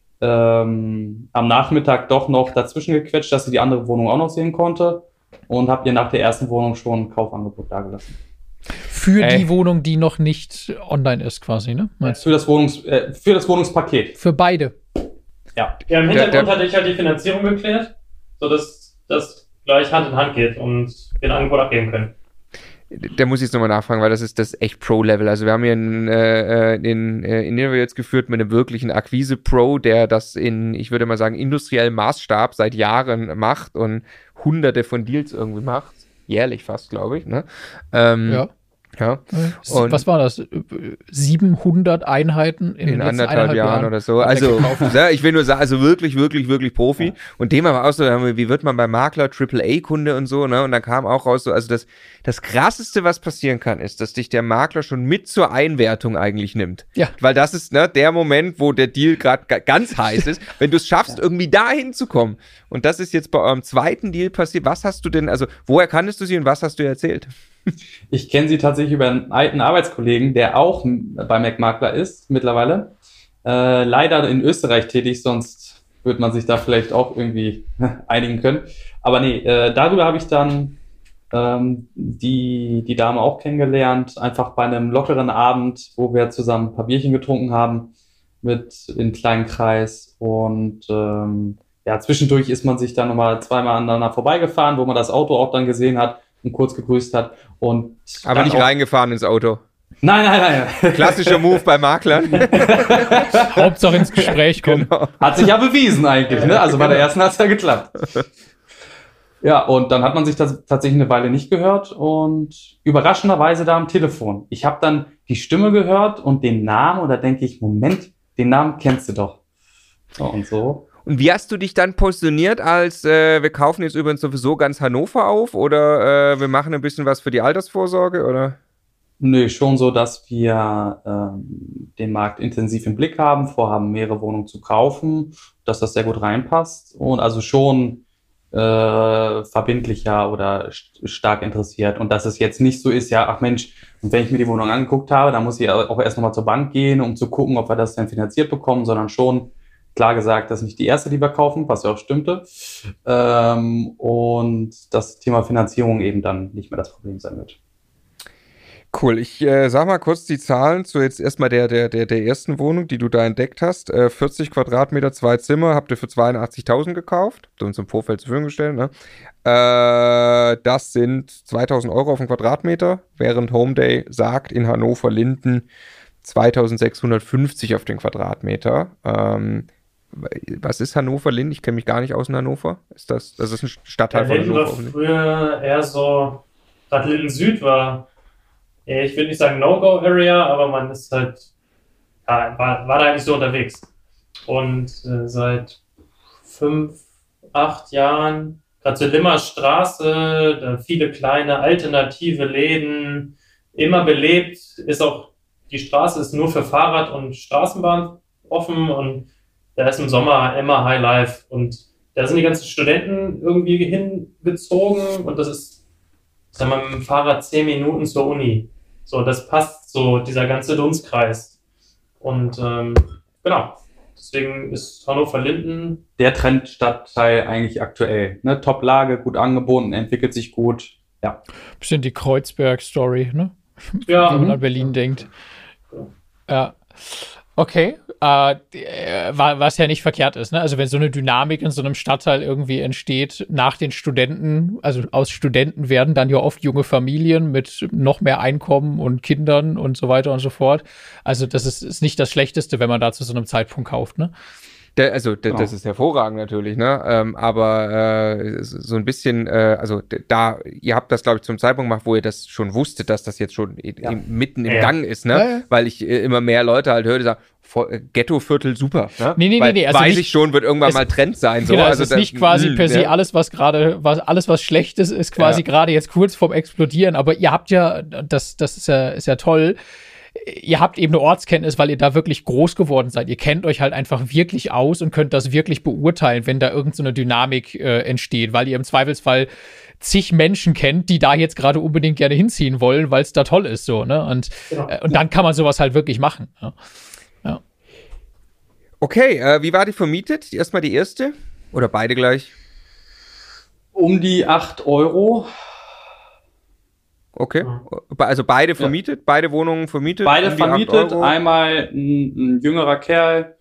ähm, am Nachmittag doch noch dazwischen gequetscht, dass sie die andere Wohnung auch noch sehen konnte und habe ihr nach der ersten Wohnung schon ein Kaufangebot dagelassen. Für Ey. die Wohnung, die noch nicht online ist, quasi, ne? Meinst Für das, Wohnungs äh, für das Wohnungspaket. du? Für beide. Ja. Ja, im Hintergrund Der- der- hatte ich halt die Finanzierung geklärt, sodass das gleich Hand in Hand geht und wir ein Angebot abgeben können. Da muss ich jetzt nochmal nachfragen, weil das ist das ist echt Pro-Level. Also wir haben hier einen, äh, in, äh, in Interview jetzt geführt mit einem wirklichen Akquise-Pro, der das in, ich würde mal sagen, industriellem Maßstab seit Jahren macht und hunderte von Deals irgendwie macht. Jährlich fast, glaube ich. Ne? Ähm, Ja. ja. Äh, Und- Was war das? siebenhundert Einheiten in, In den letzten anderthalb eineinhalb Jahren, Jahren oder so. hat er Also, gekauft. ja, ich will nur sagen, also wirklich, wirklich, wirklich Profi. Und dem aber auch so, wie wird man beim Makler Triple A Kunde und so, ne? Und da kam auch raus so, also das, das krasseste, was passieren kann, ist, dass dich der Makler schon mit zur Einwertung eigentlich nimmt. Ja. Weil das ist, ne, der Moment, wo der Deal gerade ganz heiß ist, wenn du es schaffst, irgendwie dahin zu kommen. Und das ist jetzt bei eurem zweiten Deal passiert. Was hast du denn, also, woher kanntest du sie und was hast du ihr erzählt? Ich kenne sie tatsächlich über einen alten Arbeitskollegen, der auch bei Mac Makler ist mittlerweile. Äh, leider in Österreich tätig, sonst wird man sich da vielleicht auch irgendwie einigen können. Aber nee, äh, darüber habe ich dann ähm, die, die Dame auch kennengelernt, einfach bei einem lockeren Abend, wo wir zusammen ein paar Bierchen getrunken haben, mit in kleinen Kreis. Und ähm, ja, zwischendurch ist man sich dann nochmal zweimal aneinander vorbeigefahren, wo man das Auto auch dann gesehen hat und kurz gegrüßt hat. Und Aber dann nicht auch- reingefahren ins Auto. Nein, nein, nein. Klassischer Move bei Maklern. Hauptsache ins Gespräch kommen. Genau. Hat sich ja bewiesen eigentlich, ne? Also bei der ersten hat es ja geklappt. Ja, und dann hat man sich das tatsächlich eine Weile nicht gehört und überraschenderweise da am Telefon. Ich habe dann die Stimme gehört und den Namen und da denke ich, Moment, den Namen kennst du doch. So und so. Und wie hast du dich dann positioniert als, äh, wir kaufen jetzt übrigens sowieso ganz Hannover auf oder äh, wir machen ein bisschen was für die Altersvorsorge, oder? Nö, schon so, dass wir ähm, den Markt intensiv im Blick haben, vorhaben, mehrere Wohnungen zu kaufen, dass das sehr gut reinpasst und also schon äh, verbindlicher oder st stark interessiert und dass es jetzt nicht so ist, ja, ach Mensch, und wenn ich mir die Wohnung angeguckt habe, dann muss ich auch erst nochmal zur Bank gehen, um zu gucken, ob wir das dann finanziert bekommen, sondern schon klar gesagt, das ist nicht die erste, die wir kaufen, was ja auch stimmte. Ähm, und das Thema Finanzierung eben dann nicht mehr das Problem sein wird. Cool, ich äh, sag mal kurz die Zahlen zu jetzt erstmal der, der, der, der ersten Wohnung, die du da entdeckt hast. Äh, vierzig Quadratmeter, zwei Zimmer, habt ihr für zweiundachtzigtausend gekauft. Habt ihr uns im Vorfeld zur Verfügung gestellt, ne? Äh, das sind zweitausend Euro auf den Quadratmeter, während Homeday sagt in Hannover-Linden zweitausendsechshundertfünfzig auf den Quadratmeter. Ähm, was ist Hannover-Linden? Ich kenne mich gar nicht aus in Hannover. Ist das, das ist ein Stadtteil von Linden war Hannover? früher eher so, gerade Linden Süd war, eh, ich will nicht sagen No-Go-Area, aber man ist halt, ja, war, war da eigentlich so unterwegs. Und äh, seit fünf, acht Jahren, gerade zur Limmer Straße, da viele kleine alternative Läden, immer belebt, ist auch, die Straße ist nur für Fahrrad und Straßenbahn offen und da ist im Sommer immer High Life und da sind die ganzen Studenten irgendwie hingezogen und das ist, sagen wir mal, mit dem Fahrrad zehn Minuten zur Uni. So, das passt so, dieser ganze Dunstkreis. Und ähm, genau, deswegen ist Hannover-Linden der Trendstadtteil eigentlich aktuell. Ne? Top-Lage, gut angeboten, entwickelt sich gut. Ja. Bisschen die Kreuzberg-Story, ne? Ja. Wenn man an Berlin denkt. Ja. Okay. Äh, was ja nicht verkehrt ist, ne? Also wenn so eine Dynamik in so einem Stadtteil irgendwie entsteht, nach den Studenten, also aus Studenten werden dann ja oft junge Familien mit noch mehr Einkommen und Kindern und so weiter und so fort. Also das ist, ist nicht das Schlechteste, wenn man da zu so einem Zeitpunkt kauft, ne? Der, also der, Genau. das ist hervorragend natürlich, ne? Ähm, aber äh, so ein bisschen, äh, also da, ihr habt das, glaube ich, zum Zeitpunkt gemacht, wo ihr das schon wusstet, dass das jetzt schon Ja. im, mitten im Ja. Gang ist, ne? Ja, ja. Weil ich äh, immer mehr Leute halt höre, die sagen, Vo- äh, Ghettoviertel super, ne? Nee, nee, Weil, nee, nee, also weiß nicht- ich schon, wird irgendwann es- mal Trend sein. So. Genau, also es ist nicht quasi mh, per se ja. alles, was gerade, was alles, was schlecht ist, ist quasi Ja. gerade jetzt kurz vorm Explodieren. Aber ihr habt ja, das, das ist ja, ist ja toll. Ihr habt eben eine Ortskenntnis, weil ihr da wirklich groß geworden seid. Ihr kennt euch halt einfach wirklich aus und könnt das wirklich beurteilen, wenn da irgend so eine Dynamik äh, entsteht, weil ihr im Zweifelsfall zig Menschen kennt, die da jetzt gerade unbedingt gerne hinziehen wollen, weil es da toll ist, so, ne? Und, Genau. äh, und dann kann man sowas halt wirklich machen. Ja. Okay, äh, wie war die vermietet? Erstmal die erste? Oder beide gleich? Um die acht Euro. Okay. Ja. Be- Also beide vermietet, beide Wohnungen vermietet? Beide um die acht vermietet. Euro? Einmal ein, ein jüngerer Kerl,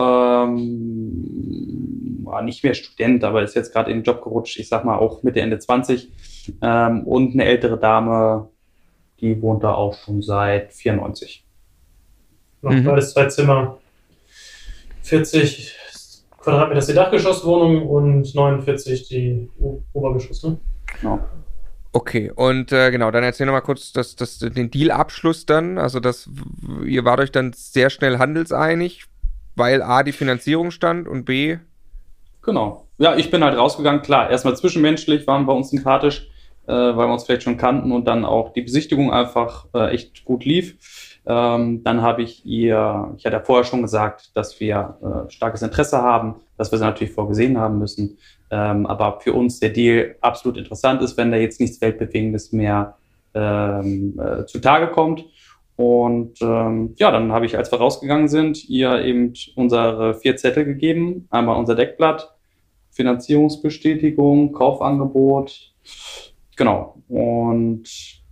ähm, war nicht mehr Student, aber ist jetzt gerade in den Job gerutscht. Ich sag mal auch Mitte, Ende zwanzig. Ähm, und eine ältere Dame, die wohnt da auch schon seit vierundneunzig. noch Mhm. beides zwei Zimmer, vierzig Quadratmeter ist die Dachgeschosswohnung und neunundvierzig die O- Obergeschoss, ne? Genau. Okay, und äh, genau, dann erzähl noch mal kurz das, das, den Dealabschluss dann. Also das, ihr wart euch dann sehr schnell handelseinig, weil A, die Finanzierung stand und B, Genau. Ja, ich bin halt rausgegangen. Klar, erstmal zwischenmenschlich waren wir uns sympathisch, äh, weil wir uns vielleicht schon kannten und dann auch die Besichtigung einfach äh, echt gut lief. Ähm, dann habe ich ihr, ich hatte ja vorher schon gesagt, dass wir äh, starkes Interesse haben, dass wir sie natürlich vorgesehen haben müssen. Ähm, aber für uns der Deal absolut interessant ist, wenn da jetzt nichts Weltbewegendes mehr ähm, äh, zutage kommt. Und ähm, ja, dann habe ich, als wir rausgegangen sind, ihr eben unsere vier Zettel gegeben. Einmal unser Deckblatt, Finanzierungsbestätigung, Kaufangebot. Genau. Und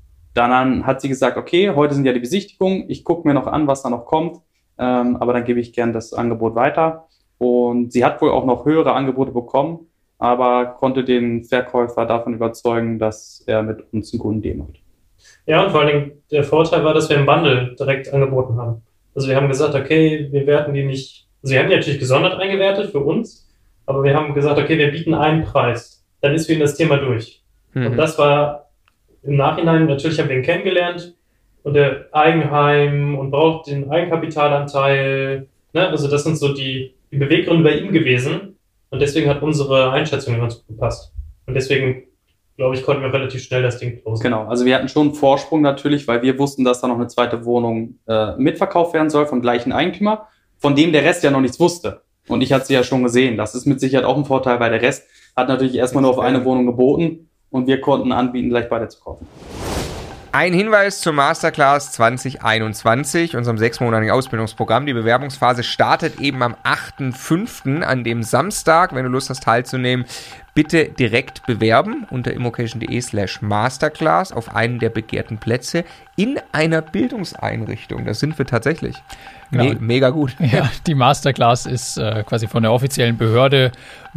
dann hat sie gesagt, okay, heute sind ja die Besichtigungen. Ich gucke mir noch an, was da noch kommt. Ähm, aber dann gebe ich gern das Angebot weiter. Und sie hat wohl auch noch höhere Angebote bekommen, aber konnte den Verkäufer davon überzeugen, dass er mit uns einen guten Deal macht. Ja, und vor allen Dingen der Vorteil war, dass wir im Bundle direkt angeboten haben. Also wir haben gesagt, okay, wir werten die nicht, also wir haben die natürlich gesondert eingewertet für uns, aber wir haben gesagt, okay, wir bieten einen Preis. Dann ist für ihn das Thema durch. Mhm. Und das war im Nachhinein, natürlich haben wir ihn kennengelernt und der Eigenheim und braucht den Eigenkapitalanteil. Ne? Also das sind so die, die Beweggründe bei ihm gewesen und deswegen hat unsere Einschätzung ganz gut gepasst. Und deswegen, glaube ich, konnten wir relativ schnell das Ding closen. Genau, also wir hatten schon einen Vorsprung natürlich, weil wir wussten, dass da noch eine zweite Wohnung äh, mitverkauft werden soll vom gleichen Eigentümer, von dem der Rest ja noch nichts wusste. Und ich hatte sie ja schon gesehen. Das ist mit Sicherheit auch ein Vorteil, weil der Rest hat natürlich erstmal nur auf eine Wohnung geboten und wir konnten anbieten, gleich beide zu kaufen. Ein Hinweis zur Masterclass zwanzig einundzwanzig, unserem sechsmonatigen Ausbildungsprogramm. Die Bewerbungsphase startet eben am achten fünften an dem Samstag. Wenn du Lust hast teilzunehmen, bitte direkt bewerben unter immocation.de slash masterclass auf einen der begehrten Plätze in einer Bildungseinrichtung. Das sind wir tatsächlich. Genau. Me- mega gut. Ja, die Masterclass ist äh, quasi von der offiziellen Behörde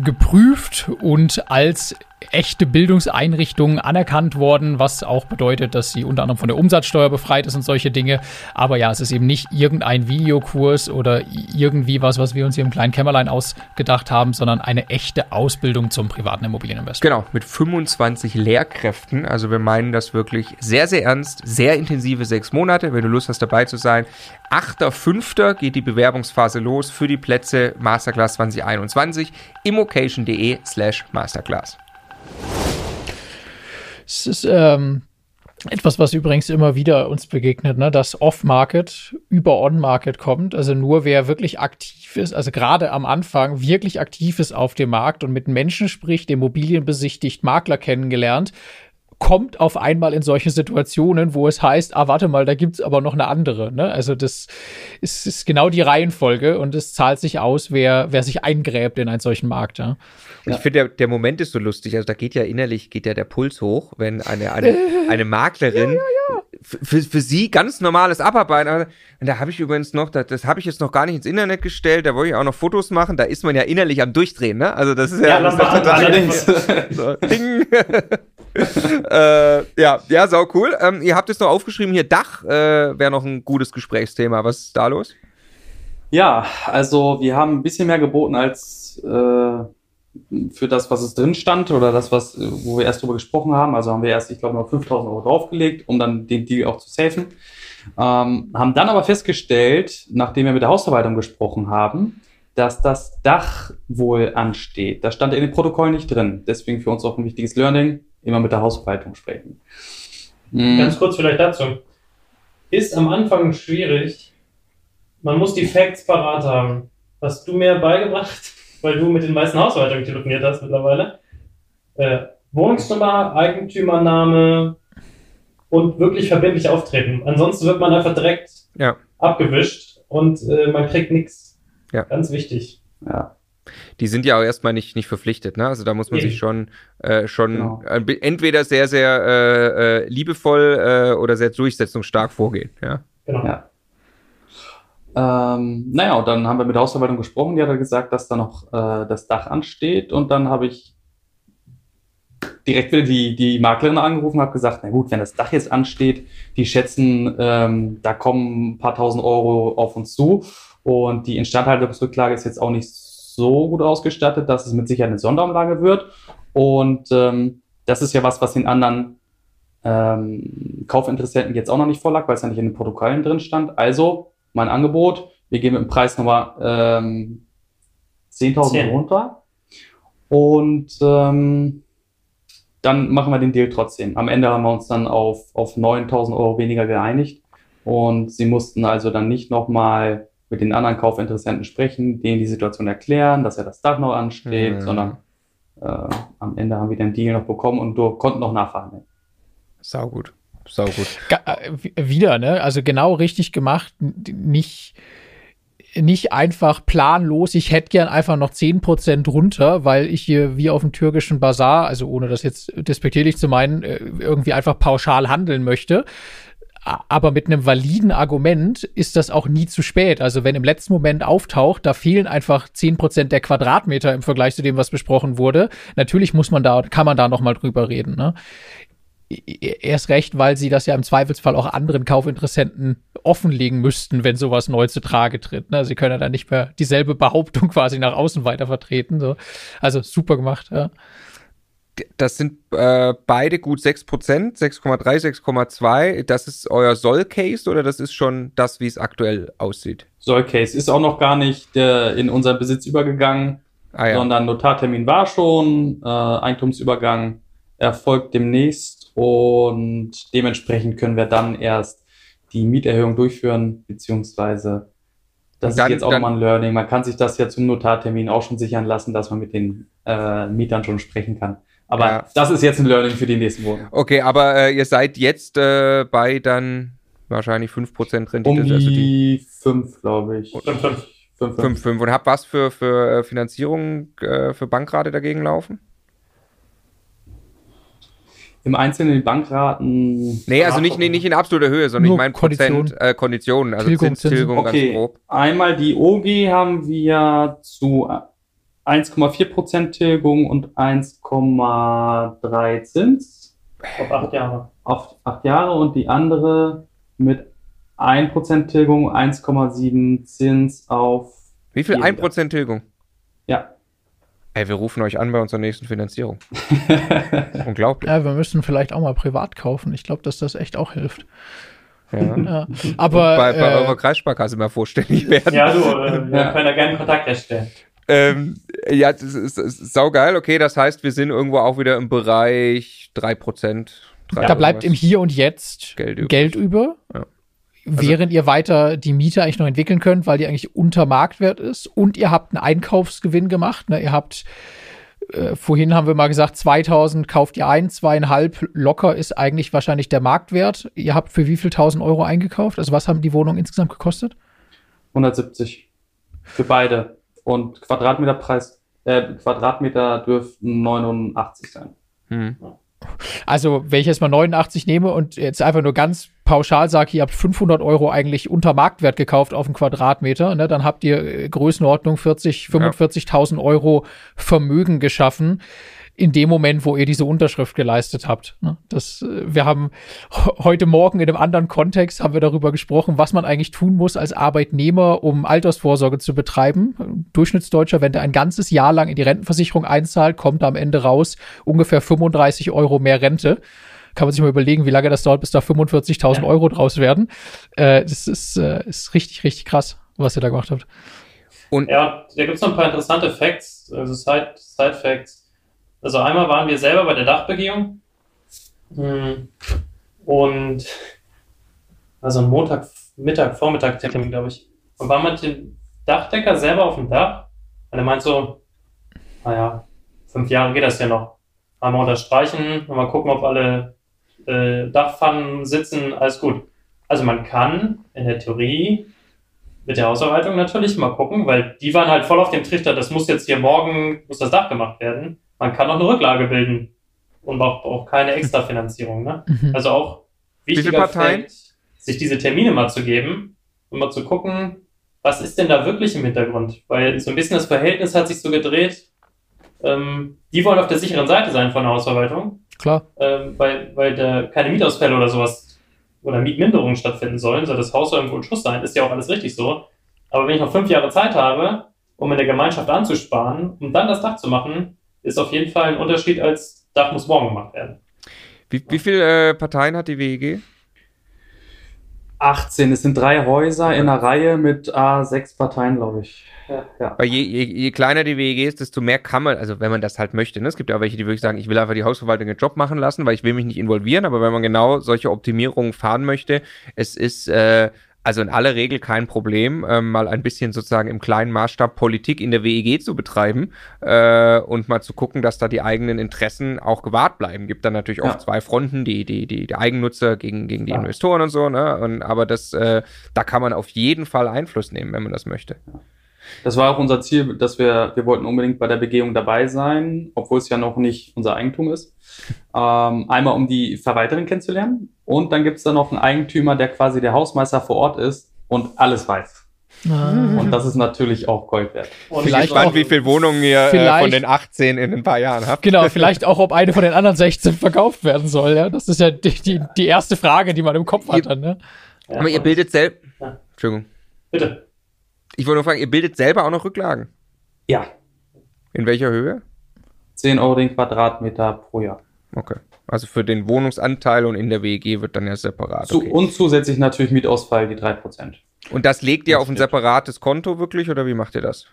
geprüft und als echte Bildungseinrichtung anerkannt worden, was auch bedeutet, dass sie unter anderem von der Umsatzsteuer befreit ist und solche Dinge. Aber ja, es ist eben nicht irgendein Videokurs oder irgendwie was, was wir uns hier im kleinen Kämmerlein ausgedacht haben, sondern eine echte Ausbildung zum privaten Immobilieninvestor. Genau, mit fünfundzwanzig Lehrkräften. Also wir meinen das wirklich sehr, sehr ernst. Sehr intensive sechs Monate, wenn du Lust hast, dabei zu sein. achter fünfter geht die Bewerbungsphase los für die Plätze Masterclass zwanzig einundzwanzig. immocation.de slash masterclass. Es ist, ähm, Etwas, was übrigens immer wieder uns begegnet, ne, dass Off-Market über On-Market kommt. Also nur wer wirklich aktiv ist, also gerade am Anfang wirklich aktiv ist auf dem Markt und mit Menschen spricht, Immobilien besichtigt, Makler kennengelernt, kommt auf einmal in solche Situationen, wo es heißt, ah, warte mal, da gibt's aber noch eine andere. Ne? Also das ist, ist genau die Reihenfolge und es zahlt sich aus, wer, wer sich eingräbt in einen solchen Markt. Ja. Und ich finde, der, der Moment ist so lustig. Also da geht ja innerlich, geht ja der Puls hoch, wenn eine, eine, eine Maklerin ja, ja, ja. Für, für sie ganz normales Abarbeiten. Und da habe ich übrigens noch, das, das habe ich jetzt noch gar nicht ins Internet gestellt, da wollte ich auch noch Fotos machen. Da ist man ja innerlich am Durchdrehen, ne? Also das ist ja, ja das ist total allerdings. So, ding. äh, ja, ja, sau cool. Ähm, ihr habt jetzt noch aufgeschrieben, hier Dach äh, wäre noch ein gutes Gesprächsthema. Was ist da los? Ja, also wir haben ein bisschen mehr geboten als äh, für das, was es drin stand oder das, was, wo wir erst drüber gesprochen haben. Also haben wir erst, ich glaube, noch fünftausend Euro draufgelegt, um dann den Deal auch zu safen. Ähm, haben dann aber festgestellt, nachdem wir mit der Hausverwaltung gesprochen haben, dass das Dach wohl ansteht. Das stand in den Protokollen nicht drin. Deswegen für uns auch ein wichtiges Learning, immer mit der Hausverwaltung sprechen. Mhm. Ganz kurz vielleicht dazu. Ist am Anfang schwierig. Man muss die Facts parat haben. Hast du mir beigebracht, weil du mit den meisten Hausverwaltungen telefoniert hast mittlerweile? Äh, Wohnungsnummer, Eigentümername und wirklich verbindlich auftreten. Ansonsten wird man einfach direkt ja. abgewischt und äh, man kriegt nichts. Ja. Ganz wichtig. Ja. Die sind ja auch erstmal nicht, nicht verpflichtet, ne? Also da muss man Eben. sich schon, äh, schon genau. äh, entweder sehr, sehr äh, äh, liebevoll äh, oder sehr durchsetzungsstark vorgehen. Ja. Genau. Ja. Ähm, naja, und dann haben wir mit der Hausverwaltung gesprochen, die hat gesagt, dass da noch äh, das Dach ansteht und dann habe ich direkt wieder die, die Maklerin angerufen und habe gesagt, na gut, wenn das Dach jetzt ansteht, die schätzen, ähm, da kommen ein paar tausend Euro auf uns zu und die Instandhaltungsrücklage ist jetzt auch nicht so gut ausgestattet, dass es mit Sicherheit eine Sonderumlage wird und ähm, das ist ja was, was den anderen ähm, Kaufinteressenten jetzt auch noch nicht vorlag, weil es ja nicht in den Protokollen drin stand, also mein Angebot, wir gehen mit dem Preis nochmal ähm, zehntausend runter und ähm, dann machen wir den Deal trotzdem. Am Ende haben wir uns dann auf, auf neuntausend Euro weniger geeinigt und sie mussten also dann nicht nochmal mit den anderen Kaufinteressenten sprechen, denen die Situation erklären, dass ja das Dach noch ansteht, mhm. sondern äh, am Ende haben wir den Deal noch bekommen und du konnten noch nachverhandeln. Sau gut. Sau gut. Wieder, ne? Also genau richtig gemacht. Nicht, nicht einfach planlos, ich hätte gern einfach noch zehn Prozent runter, weil ich hier wie auf dem türkischen Bazar, also ohne das jetzt despektierlich zu meinen, irgendwie einfach pauschal handeln möchte. Aber mit einem validen Argument ist das auch nie zu spät. Also wenn im letzten Moment auftaucht, da fehlen einfach zehn Prozent der Quadratmeter im Vergleich zu dem, was besprochen wurde. Natürlich muss man da, kann man da noch mal drüber reden, ne? Erst recht, weil sie das ja im Zweifelsfall auch anderen Kaufinteressenten offenlegen müssten, wenn sowas neu zu Trage tritt. Ne? Sie können ja dann nicht mehr dieselbe Behauptung quasi nach außen weiter vertreten. So. Also super gemacht, ja. Das sind äh, beide gut sechs Prozent, sechs Komma drei, sechs Komma zwei. Das ist euer Soll-Case oder das ist schon das, wie es aktuell aussieht? Soll-Case ist auch noch gar nicht äh, in unseren Besitz übergegangen, ah, ja. sondern Notartermin war schon, äh, Eigentumsübergang erfolgt demnächst. Und dementsprechend können wir dann erst die Mieterhöhung durchführen, beziehungsweise das dann, ist jetzt auch nochmal ein Learning. Man kann sich das ja zum Notartermin auch schon sichern lassen, dass man mit den äh, Mietern schon sprechen kann. Aber ja. das ist jetzt ein Learning für die nächsten Monate. Okay, aber äh, ihr seid jetzt äh, bei dann wahrscheinlich fünf Prozent Rendite. Um die, also die fünf, glaube ich. fünf, fünf. fünf, fünf. Und habt was für, für Finanzierung äh, für Bankrate dagegen laufen? Im Einzelnen die Bankraten... Nee, also nicht, nee, nicht in absoluter Höhe, sondern Nur ich meine Prozent, äh, Konditionen, also Tilgung, Zinstilgung okay. ganz grob. Einmal die O G haben wir zu eins Komma vier Prozent Tilgung und eins Komma drei Zins. Auf acht Jahre. Auf acht Jahre und die andere mit ein Prozent Tilgung, eins Komma sieben Zins auf... Wie viel? ein Prozent Tilgung? Ja. Ey, wir rufen euch an bei unserer nächsten Finanzierung. Unglaublich. Ja, wir müssen vielleicht auch mal privat kaufen. Ich glaube, dass das echt auch hilft. Ja. ja. Aber bei, bei äh, eurer Kreissparkasse mal vorstellig werden. Ja, du, äh, wir ja. können da gerne Kontakt herstellen. Ähm, ja, das ist, das ist saugeil. Okay, das heißt, wir sind irgendwo auch wieder im Bereich drei Prozent, drei Da bleibt im Hier und Jetzt Geld übrig. Geld über. Ja. Während ihr weiter die Miete eigentlich noch entwickeln könnt, weil die eigentlich unter Marktwert ist. Und ihr habt einen Einkaufsgewinn gemacht. Ne? Ihr habt, äh, vorhin haben wir mal gesagt, zweitausend kauft ihr ein, zweieinhalb locker ist eigentlich wahrscheinlich der Marktwert. Ihr habt für wie viel tausend Euro eingekauft? Also was haben die Wohnungen insgesamt gekostet? hundertsiebzig für beide. Und Quadratmeterpreis, äh, Quadratmeter dürften neunundachtzig sein. Hm. Also, wenn ich jetzt mal neunundachtzig nehme und jetzt einfach nur ganz pauschal sage, ihr habt fünfhundert Euro eigentlich unter Marktwert gekauft auf einen Quadratmeter, ne, dann habt ihr äh, Größenordnung vierzig, fünfundvierzigtausend Euro Vermögen geschaffen in dem Moment, wo ihr diese Unterschrift geleistet habt. Ne? Das, wir haben heute Morgen in einem anderen Kontext haben wir darüber gesprochen, was man eigentlich tun muss als Arbeitnehmer, um Altersvorsorge zu betreiben. Ein Durchschnittsdeutscher, wenn der ein ganzes Jahr lang in die Rentenversicherung einzahlt, kommt da am Ende raus ungefähr fünfunddreißig Euro mehr Rente. Kann man sich mal überlegen, wie lange das dauert, bis da fünfundvierzigtausend ja. Euro draus werden. Äh, das ist, äh, ist richtig, richtig krass, was ihr da gemacht habt. Und ja, da gibt es noch ein paar interessante Facts, also Side, Side Facts. Also einmal waren wir selber bei der Dachbegehung und also ein Montag, Mittag, Vormittag Termin, glaube ich. Und waren mit dem Dachdecker selber auf dem Dach und er meint so, naja, fünf Jahre geht das ja noch. Einmal unterstreichen und mal gucken, ob alle äh, Dachpfannen sitzen, alles gut. Also man kann in der Theorie mit der Hausverwaltung natürlich mal gucken, weil die waren halt voll auf dem Trichter, das muss jetzt hier morgen, muss das Dach gemacht werden. Man kann auch eine Rücklage bilden und braucht auch keine Extrafinanzierung. Ne? Mhm. Also auch wichtiger Fakt, sich diese Termine mal zu geben und mal zu gucken, was ist denn da wirklich im Hintergrund? Weil so ein bisschen das Verhältnis hat sich so gedreht, ähm, die wollen auf der sicheren Seite sein von der Hausverwaltung. Klar. Ähm, weil weil da keine Mietausfälle oder sowas oder Mietminderungen stattfinden sollen, soll das Haus soll irgendwo in Schuss sein, ist ja auch alles richtig so. Aber wenn ich noch fünf Jahre Zeit habe, um in der Gemeinschaft anzusparen, um dann das Dach zu machen, ist auf jeden Fall ein Unterschied, als Dach muss morgen gemacht werden. Wie, wie viele äh, Parteien hat die W E G? achtzehn. Es sind drei Häuser in einer Reihe mit äh, sechs Parteien, glaube ich. Ja, ja. Weil je, je, je kleiner die W E G ist, desto mehr kann man, also wenn man das halt möchte, ne? Es gibt ja auch welche, die wirklich sagen, ich will einfach die Hausverwaltung den Job machen lassen, weil ich will mich nicht involvieren, aber wenn man genau solche Optimierungen fahren möchte, es ist äh, also in aller Regel kein Problem, ähm, mal ein bisschen sozusagen im kleinen Maßstab Politik in der W E G zu betreiben äh, und mal zu gucken, dass da die eigenen Interessen auch gewahrt bleiben. Gibt dann natürlich oft ja. zwei Fronten, die, die, die, die Eigennutzer gegen, gegen die ja. Investoren und so, ne? Und, aber das, äh, da kann man auf jeden Fall Einfluss nehmen, wenn man das möchte. Das war auch unser Ziel, dass wir, wir wollten unbedingt bei der Begehung dabei sein, obwohl es ja noch nicht unser Eigentum ist. Ähm, einmal, um die Verwalterin kennenzulernen. Und dann gibt es da noch einen Eigentümer, der quasi der Hausmeister vor Ort ist und alles weiß. Ah. Und das ist natürlich auch Gold wert. Und vielleicht gespannt, auch, wie viele Wohnungen ihr äh, von den achtzehn in ein paar Jahren habt. Genau, vielleicht auch, ob eine von den anderen sechzehn verkauft werden soll. Ja? Das ist ja die, die, die erste Frage, die man im Kopf hat. Dann, ne? Ja, aber ihr bildet selbst... Ja. Entschuldigung. Bitte. Ich wollte nur fragen, ihr bildet selber auch noch Rücklagen? Ja. In welcher Höhe? zehn Euro den Quadratmeter pro Jahr. Okay. Also für den Wohnungsanteil und in der W E G wird dann ja separat. Zu, okay. Und zusätzlich natürlich Mietausfall, die drei Prozent. Und das legt ihr das auf ein separates Konto wirklich oder wie macht ihr das?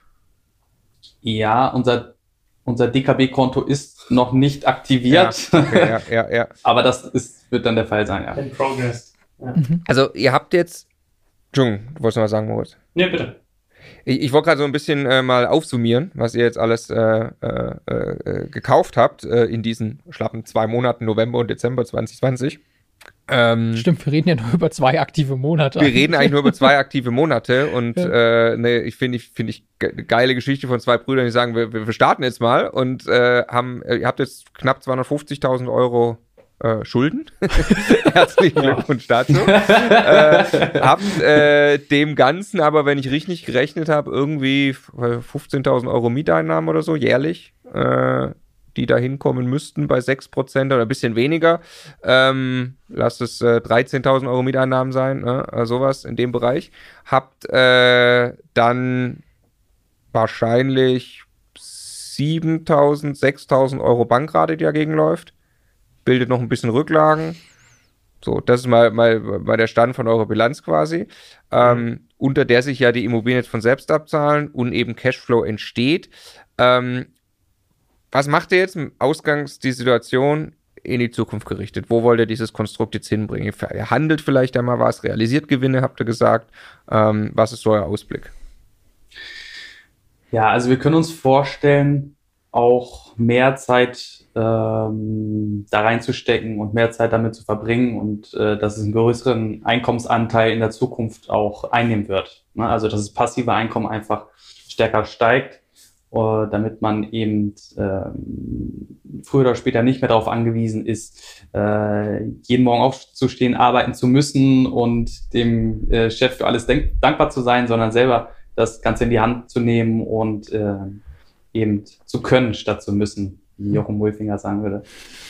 Ja, unser, unser D K B-Konto ist noch nicht aktiviert. Ja, okay, ja, ja, ja. Aber das ist, wird dann der Fall sein, ja. In progress. Ja. Mhm. Also ihr habt jetzt... Entschuldigung, du wolltest noch was sagen, Moritz? Nee, bitte. Ich, ich wollte gerade so ein bisschen äh, mal aufsummieren, was ihr jetzt alles äh, äh, äh, gekauft habt äh, in diesen schlappen zwei Monaten, November und Dezember zwanzig zwanzig. Ähm, Stimmt, wir reden ja nur über zwei aktive Monate. Wir reden eigentlich nur über zwei aktive Monate und ja. äh, ne, ich finde ich, find ich ge- geile Geschichte von zwei Brüdern, die sagen, wir, wir starten jetzt mal und äh, haben, ihr habt jetzt knapp zweihundertfünfzigtausend Euro Äh, Schulden. Herzlichen Glückwunsch dazu. äh, habt äh, dem Ganzen aber, wenn ich richtig gerechnet habe, irgendwie fünfzehntausend Euro Mieteinnahmen oder so jährlich, äh, die da hinkommen müssten bei sechs Prozent oder ein bisschen weniger. Ähm, lasst es äh, dreizehntausend Euro Mieteinnahmen sein, ne? Also sowas in dem Bereich. Habt äh, dann wahrscheinlich siebentausend, sechstausend Euro Bankrate, die dagegen läuft. Bildet noch ein bisschen Rücklagen. So, das ist mal, mal, mal der Stand von eurer Bilanz quasi, ähm, mhm. unter der sich ja die Immobilien jetzt von selbst abzahlen und eben Cashflow entsteht. Ähm, was macht ihr jetzt im Ausgangs die Situation? in die Zukunft gerichtet? Wo wollt ihr dieses Konstrukt jetzt hinbringen? Ihr handelt vielleicht einmal was, realisiert Gewinne, habt ihr gesagt. Ähm, was ist so euer Ausblick? Ja, also wir können uns vorstellen, auch mehr Zeit ähm, da reinzustecken und mehr Zeit damit zu verbringen und äh, dass es einen größeren Einkommensanteil in der Zukunft auch einnehmen wird. Ne? Also dass das passive Einkommen einfach stärker steigt, äh, damit man eben äh, früher oder später nicht mehr darauf angewiesen ist, äh, jeden Morgen aufzustehen, arbeiten zu müssen und dem äh, Chef für alles denk- dankbar zu sein, sondern selber das Ganze in die Hand zu nehmen und äh, eben zu können, statt zu müssen, wie Jochen Mulfinger sagen würde.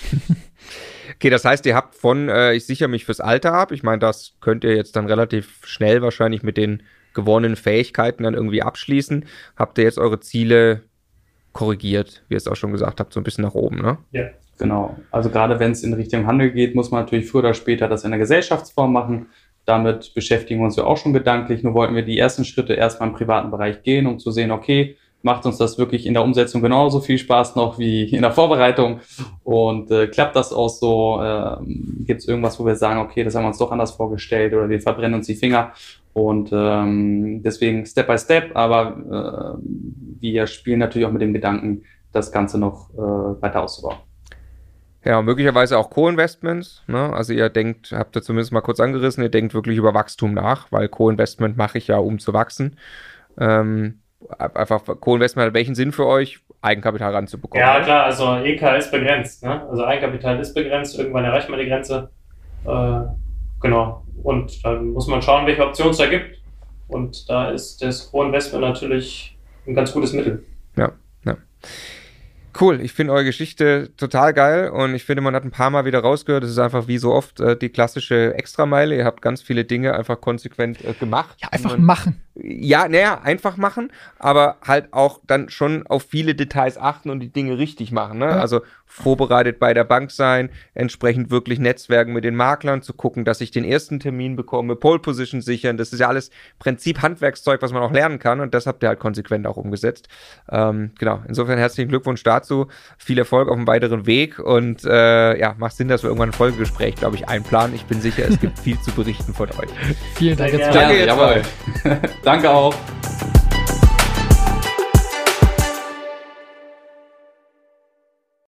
Okay, das heißt, ihr habt von, äh, ich sichere mich fürs Alter ab, ich meine, das könnt ihr jetzt dann relativ schnell wahrscheinlich mit den gewonnenen Fähigkeiten dann irgendwie abschließen. Habt ihr jetzt eure Ziele korrigiert, wie ihr es auch schon gesagt habt, so ein bisschen nach oben, ne? Ja. Genau. Also gerade wenn es in Richtung Handel geht, muss man natürlich früher oder später das in der Gesellschaftsform machen. Damit beschäftigen wir uns ja auch schon gedanklich. Nur wollten wir die ersten Schritte erstmal im privaten Bereich gehen, um zu sehen, okay, macht uns das wirklich in der Umsetzung genauso viel Spaß noch wie in der Vorbereitung und äh, klappt das auch so? Äh, gibt es irgendwas, wo wir sagen, okay, das haben wir uns doch anders vorgestellt oder wir verbrennen uns die Finger und ähm, deswegen Step by Step, aber äh, wir spielen natürlich auch mit dem Gedanken, das Ganze noch äh, weiter auszubauen. Ja, möglicherweise auch Co-Investments, ne? Also ihr denkt, habt ihr zumindest mal kurz angerissen, ihr denkt wirklich über Wachstum nach, weil Co-Investment mache ich ja, um zu wachsen. Ähm, einfach Co-Investment hat welchen Sinn für euch, Eigenkapital ranzubekommen? Ja, klar, also E K ist begrenzt, ne? Also Eigenkapital ist begrenzt, irgendwann erreicht man die Grenze. Äh, genau. Und dann muss man schauen, welche Optionen es da gibt. Und da ist das Co-Investment natürlich ein ganz gutes Mittel. Ja, ja. Cool, ich finde eure Geschichte total geil und ich finde, man hat ein paar Mal wieder rausgehört, es ist einfach wie so oft äh, die klassische Extrameile. Ihr habt ganz viele Dinge einfach konsequent äh, gemacht. Ja, einfach man, machen. Ja, naja, einfach machen, aber halt auch dann schon auf viele Details achten und die Dinge richtig machen. Ne? Ja. Also vorbereitet bei der Bank sein, entsprechend wirklich Netzwerken mit den Maklern, zu gucken, dass ich den ersten Termin bekomme, Pole Position sichern, das ist ja alles Prinzip Handwerkszeug, was man auch lernen kann und das habt ihr halt konsequent auch umgesetzt. Ähm, genau, insofern herzlichen Glückwunsch dazu, viel Erfolg auf dem weiteren Weg und äh, ja, macht Sinn, dass wir irgendwann ein Folgegespräch, glaube ich, einplanen. Ich bin sicher, es gibt viel zu berichten von euch. Vielen Dank. Sehr Jetzt gerne. Danke, jetzt Jawohl. Danke auch.